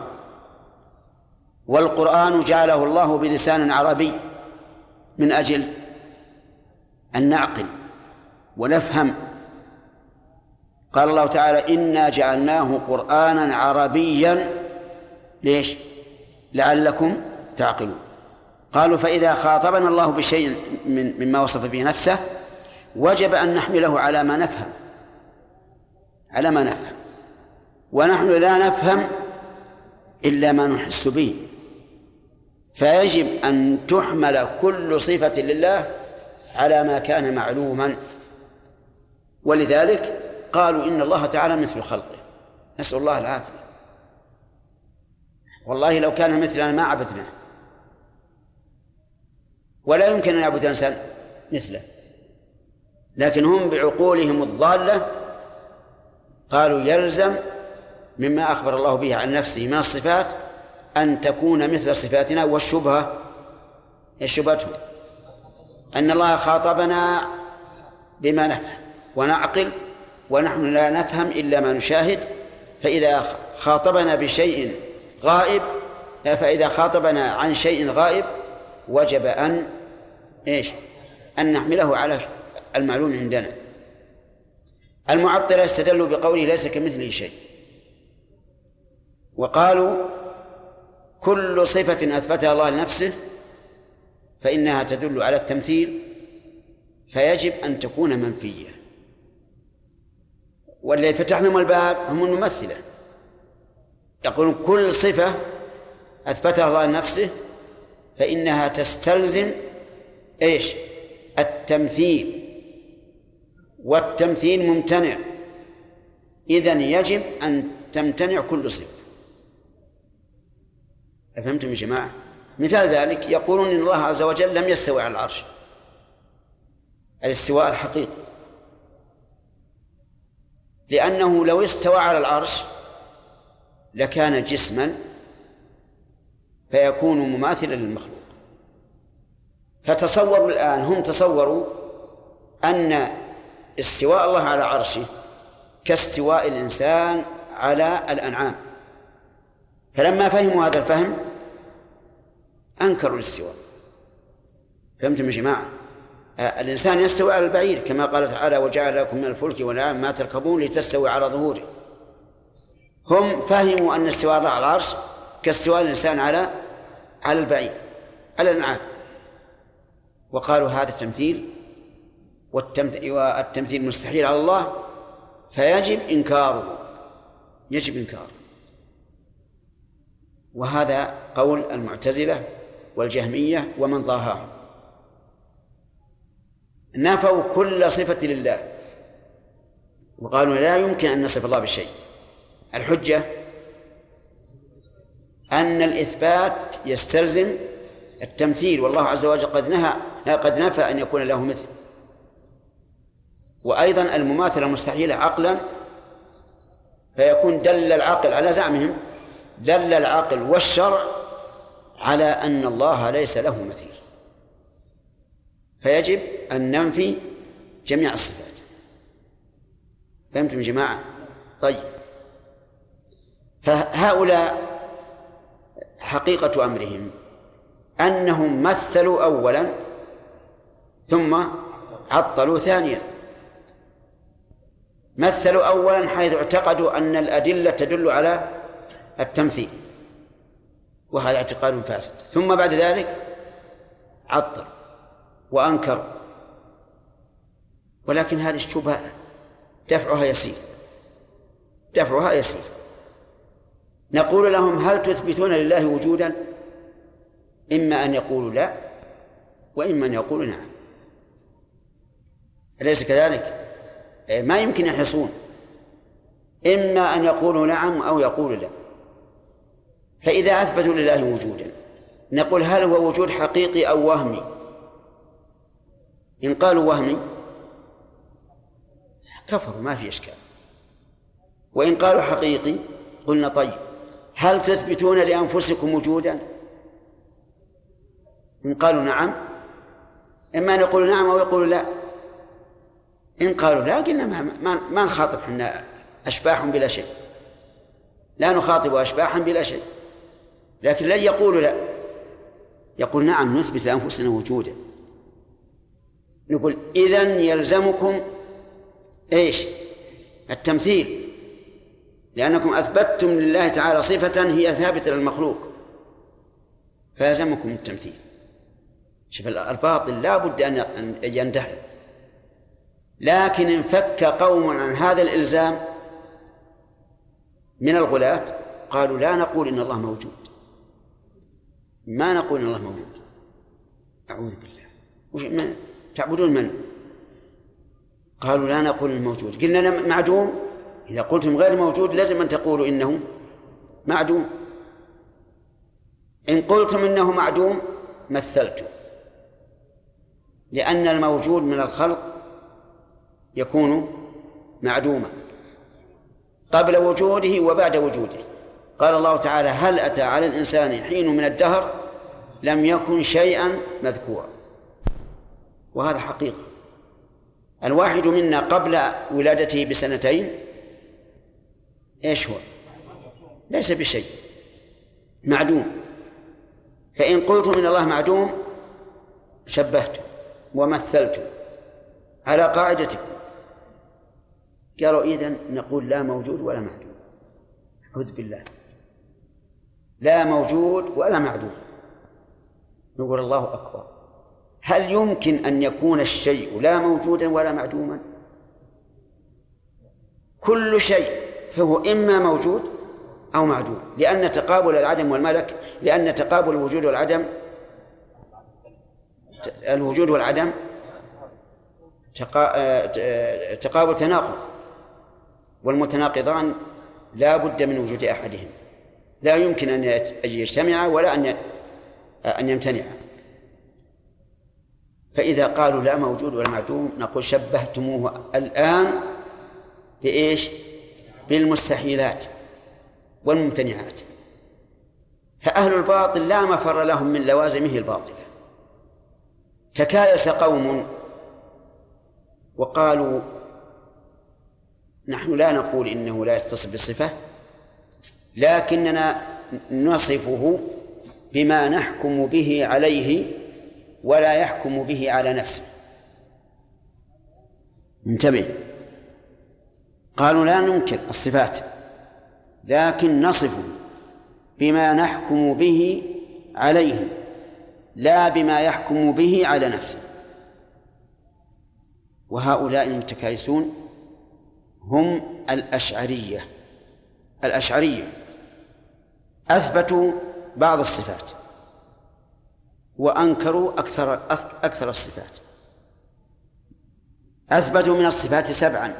والقرآن جعله الله بلسان عربي من أجل أن نعقل ونفهم. قال الله تعالى: إنا جعلناه قرآنا عربيا ليش؟ لعلكم تعقلون. قالوا: فإذا خاطبنا الله بشيء مما وصف به نفسه وجب أن نحمله على ما نفهم، ونحن لا نفهم إلا ما نحس به، فيجب أن تحمل كل صفة لله على ما كان معلوما. ولذلك قالوا إن الله تعالى مثل خلقه، نسأل الله العافية. والله لو كان مثلنا ما عبدناه، ولا يمكن أن يعبد الإنسان مثله، لكن هم بعقولهم الضالة قالوا يلزم مما أخبر الله به عن نفسه من الصفات أن تكون مثل صفاتنا. والشبهة شبهتهم أن الله خاطبنا بما نفهم ونعقل، ونحن لا نفهم إلا ما نشاهد. فإذا خاطبنا بشيء غائب، فإذا خاطبنا عن شيء غائب وجب أن نحمله على المعلوم عندنا. المعطلة استدلوا بقوله ليس كمثله شيء، وقالوا كل صفة أثبتها الله لنفسه فإنها تدل على التمثيل، فيجب أن تكون منفية. والذي فتح لهم الباب هم الممثلة، يقولون كل صفة أثبتها الله لنفسه فإنها تستلزم التمثيل، والتمثيل ممتنع، إذن يجب أن تمتنع كل صفة. أفهمتم يا جماعة؟ مثال ذلك يقولون إن الله عز وجل لم يستوي على العرش الاستواء الحقيقي، لأنه لو استوى على العرش لكان جسما فيكون مماثلا للمخلوق. فتصوروا الآن، هم تصوروا أن استواء الله على عرشه كاستواء الإنسان على الأنعام، فلما فهموا هذا الفهم أنكروا الاستواء. فهمتم يا جماعة؟ الإنسان يستوي على البعير كما قال تعالى: وجعل لكم من الفلك والأنعام ما تركبون لتستوي على ظهوره. هم فهموا أن استواء الله على العرش كاستواء الإنسان على البعير على الأنعام، وقالوا هذا تمثيل، والتمثيل مستحيل على الله، فيجب إنكاره، يجب إنكاره. وهذا قول المعتزلة والجهمية ومن ضاهاهم، نفوا كل صفة لله وقالوا لا يمكن أن نصف الله بالشيء. الحجة أن الإثبات يستلزم التمثيل، والله عز وجل قد نفى أن يكون له مثل. وأيضا المماثلة مستحيلة عقلا، فيكون دل العقل على زعمهم، دل العقل والشرع على أن الله ليس له مثيل، فيجب أن ننفي جميع الصفات. فهمتم يا جماعة؟ طيب، فهؤلاء حقيقة أمرهم أنهم مثلوا أولا ثم عطلوا ثانيا. مثلوا أولا حيث اعتقدوا أن الأدلة تدل على التمثيل، وهذا اعتقاد فاسد، ثم بعد ذلك عطل وأنكر. ولكن هذه الشبهة دفعها يسير. نقول لهم: هل تثبتون لله وجودا؟ إما أن يقولوا لا، وإما أن يقولوا نعم. أليس كذلك؟ ما يمكن يحصون، إما أن يقولوا نعم أو يقولوا لا. فإذا أثبتوا لله وجودا نقول: هل هو وجود حقيقي أو وهمي؟ إن قالوا وهمي كفروا، ما في إشكال. وإن قالوا حقيقي قلنا: طيب، هل تثبتون لأنفسكم وجودا؟ إن قالوا نعم إما أن يقولوا نعم أو يقولوا لا. إن قالوا لا قلنا ما نخاطب، حنا أشباح بلا شيء، لا نخاطب أشباحا بلا شيء، لكن لن يقول لا، يقول نعم نثبت لأنفسنا وجودا. نقول إذن يلزمكم إيش؟ التمثيل، لأنكم أثبتتم لله تعالى صفة هي ثابتة للمخلوق، فيلزمكم التمثيل. شوف الباطل لا بد أن ينتهي، لكن انفك قوم عن هذا الإلزام من الغلاة قالوا لا نقول إن الله موجود، ما نقول إن الله موجود، أعوذ بالله، تعبدون من؟ قالوا لا نقول الموجود، قلنا معدوم. إذا قلتم غير موجود لازم أن تقولوا إنه معدوم. إن قلتم إنه معدوم مثلتم، لأن الموجود من الخلق يكون معدوما قبل وجوده وبعد وجوده. قال الله تعالى هل أتى على الإنسان حين من الدهر لم يكن شيئا مذكورا، وهذا حقيقة. الواحد منا قبل ولادته بسنتين إيش هو؟ ليس بشيء، معدوم. فإن قلتم إن الله معدوم شبهتم ومثلتم على قاعدتكم. قالوا إذن نقول لا موجود ولا معدوم. أعوذ بالله، لا موجود ولا معدوم. نقول الله أكبر، هل يمكن أن يكون الشيء لا موجودا ولا معدوما؟ كل شيء فهو إما موجود أو معدوم، لأن تقابل العدم والملك، لأن تقابل الوجود والعدم، الوجود والعدم تقابل تناقض، والمتناقضان لا بد من وجود أحدهم، لا يمكن أن يجتمع ولا أن يمتنع. فإذا قالوا لا موجود ولا معدوم نقول شبهتموه الآن بإيش؟ بالمستحيلات والممتنعات. فأهل الباطل لا مفر لهم من لوازمه الباطلة. تكايس قوم وقالوا نحن لا نقول إنه لا يتصف بالصفة، لكننا نصفه بما نحكم به عليه ولا يحكم به على نفسه. انتبه، قالوا لا ننكر الصفات لكن نصفه بما نحكم به عليه لا بما يحكم به على نفسه. وهؤلاء المتكايسون هم الأشعرية. الأشعرية أثبتوا بعض الصفات وأنكروا أكثر الصفات. أثبتوا من الصفات 7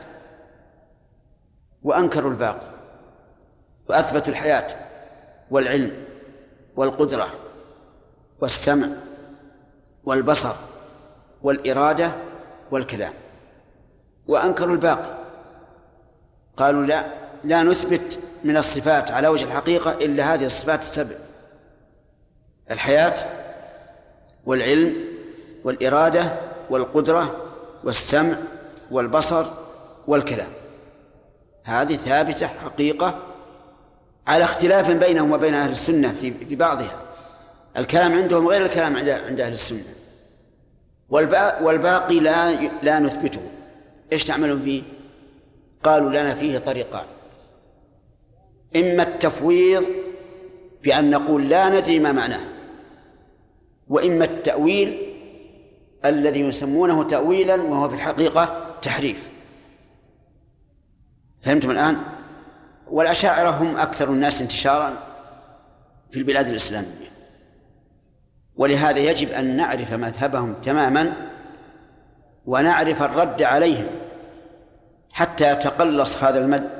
وأنكروا الباقي، وأثبتوا الحياة والعلم والقدرة والسمع والبصر والإرادة والكلام، وأنكروا الباقي. قالوا لا نثبت من الصفات على وجه الحقيقة إلا هذه الصفات 7: الحياة والعلم والإرادة والقدرة والسمع والبصر والكلام. هذه ثابتة حقيقة على اختلاف بينهم وبين أهل السنة في بعضها. الكلام عندهم غير الكلام عند أهل السنة. والباقي لا نثبته. إيش تعملون فيه؟ قالوا لنا فيه طريقان: إما التفويض بأن نقول لا ندري ما معناه، وإما التأويل الذي يسمونه تأويلا وهو في الحقيقة تحريف. فهمتم الآن؟ والأشاعرة هم أكثر الناس انتشارا في البلاد الإسلامية، ولهذا يجب أن نعرف مذهبهم تماما ونعرف الرد عليهم حتى يتقلص هذا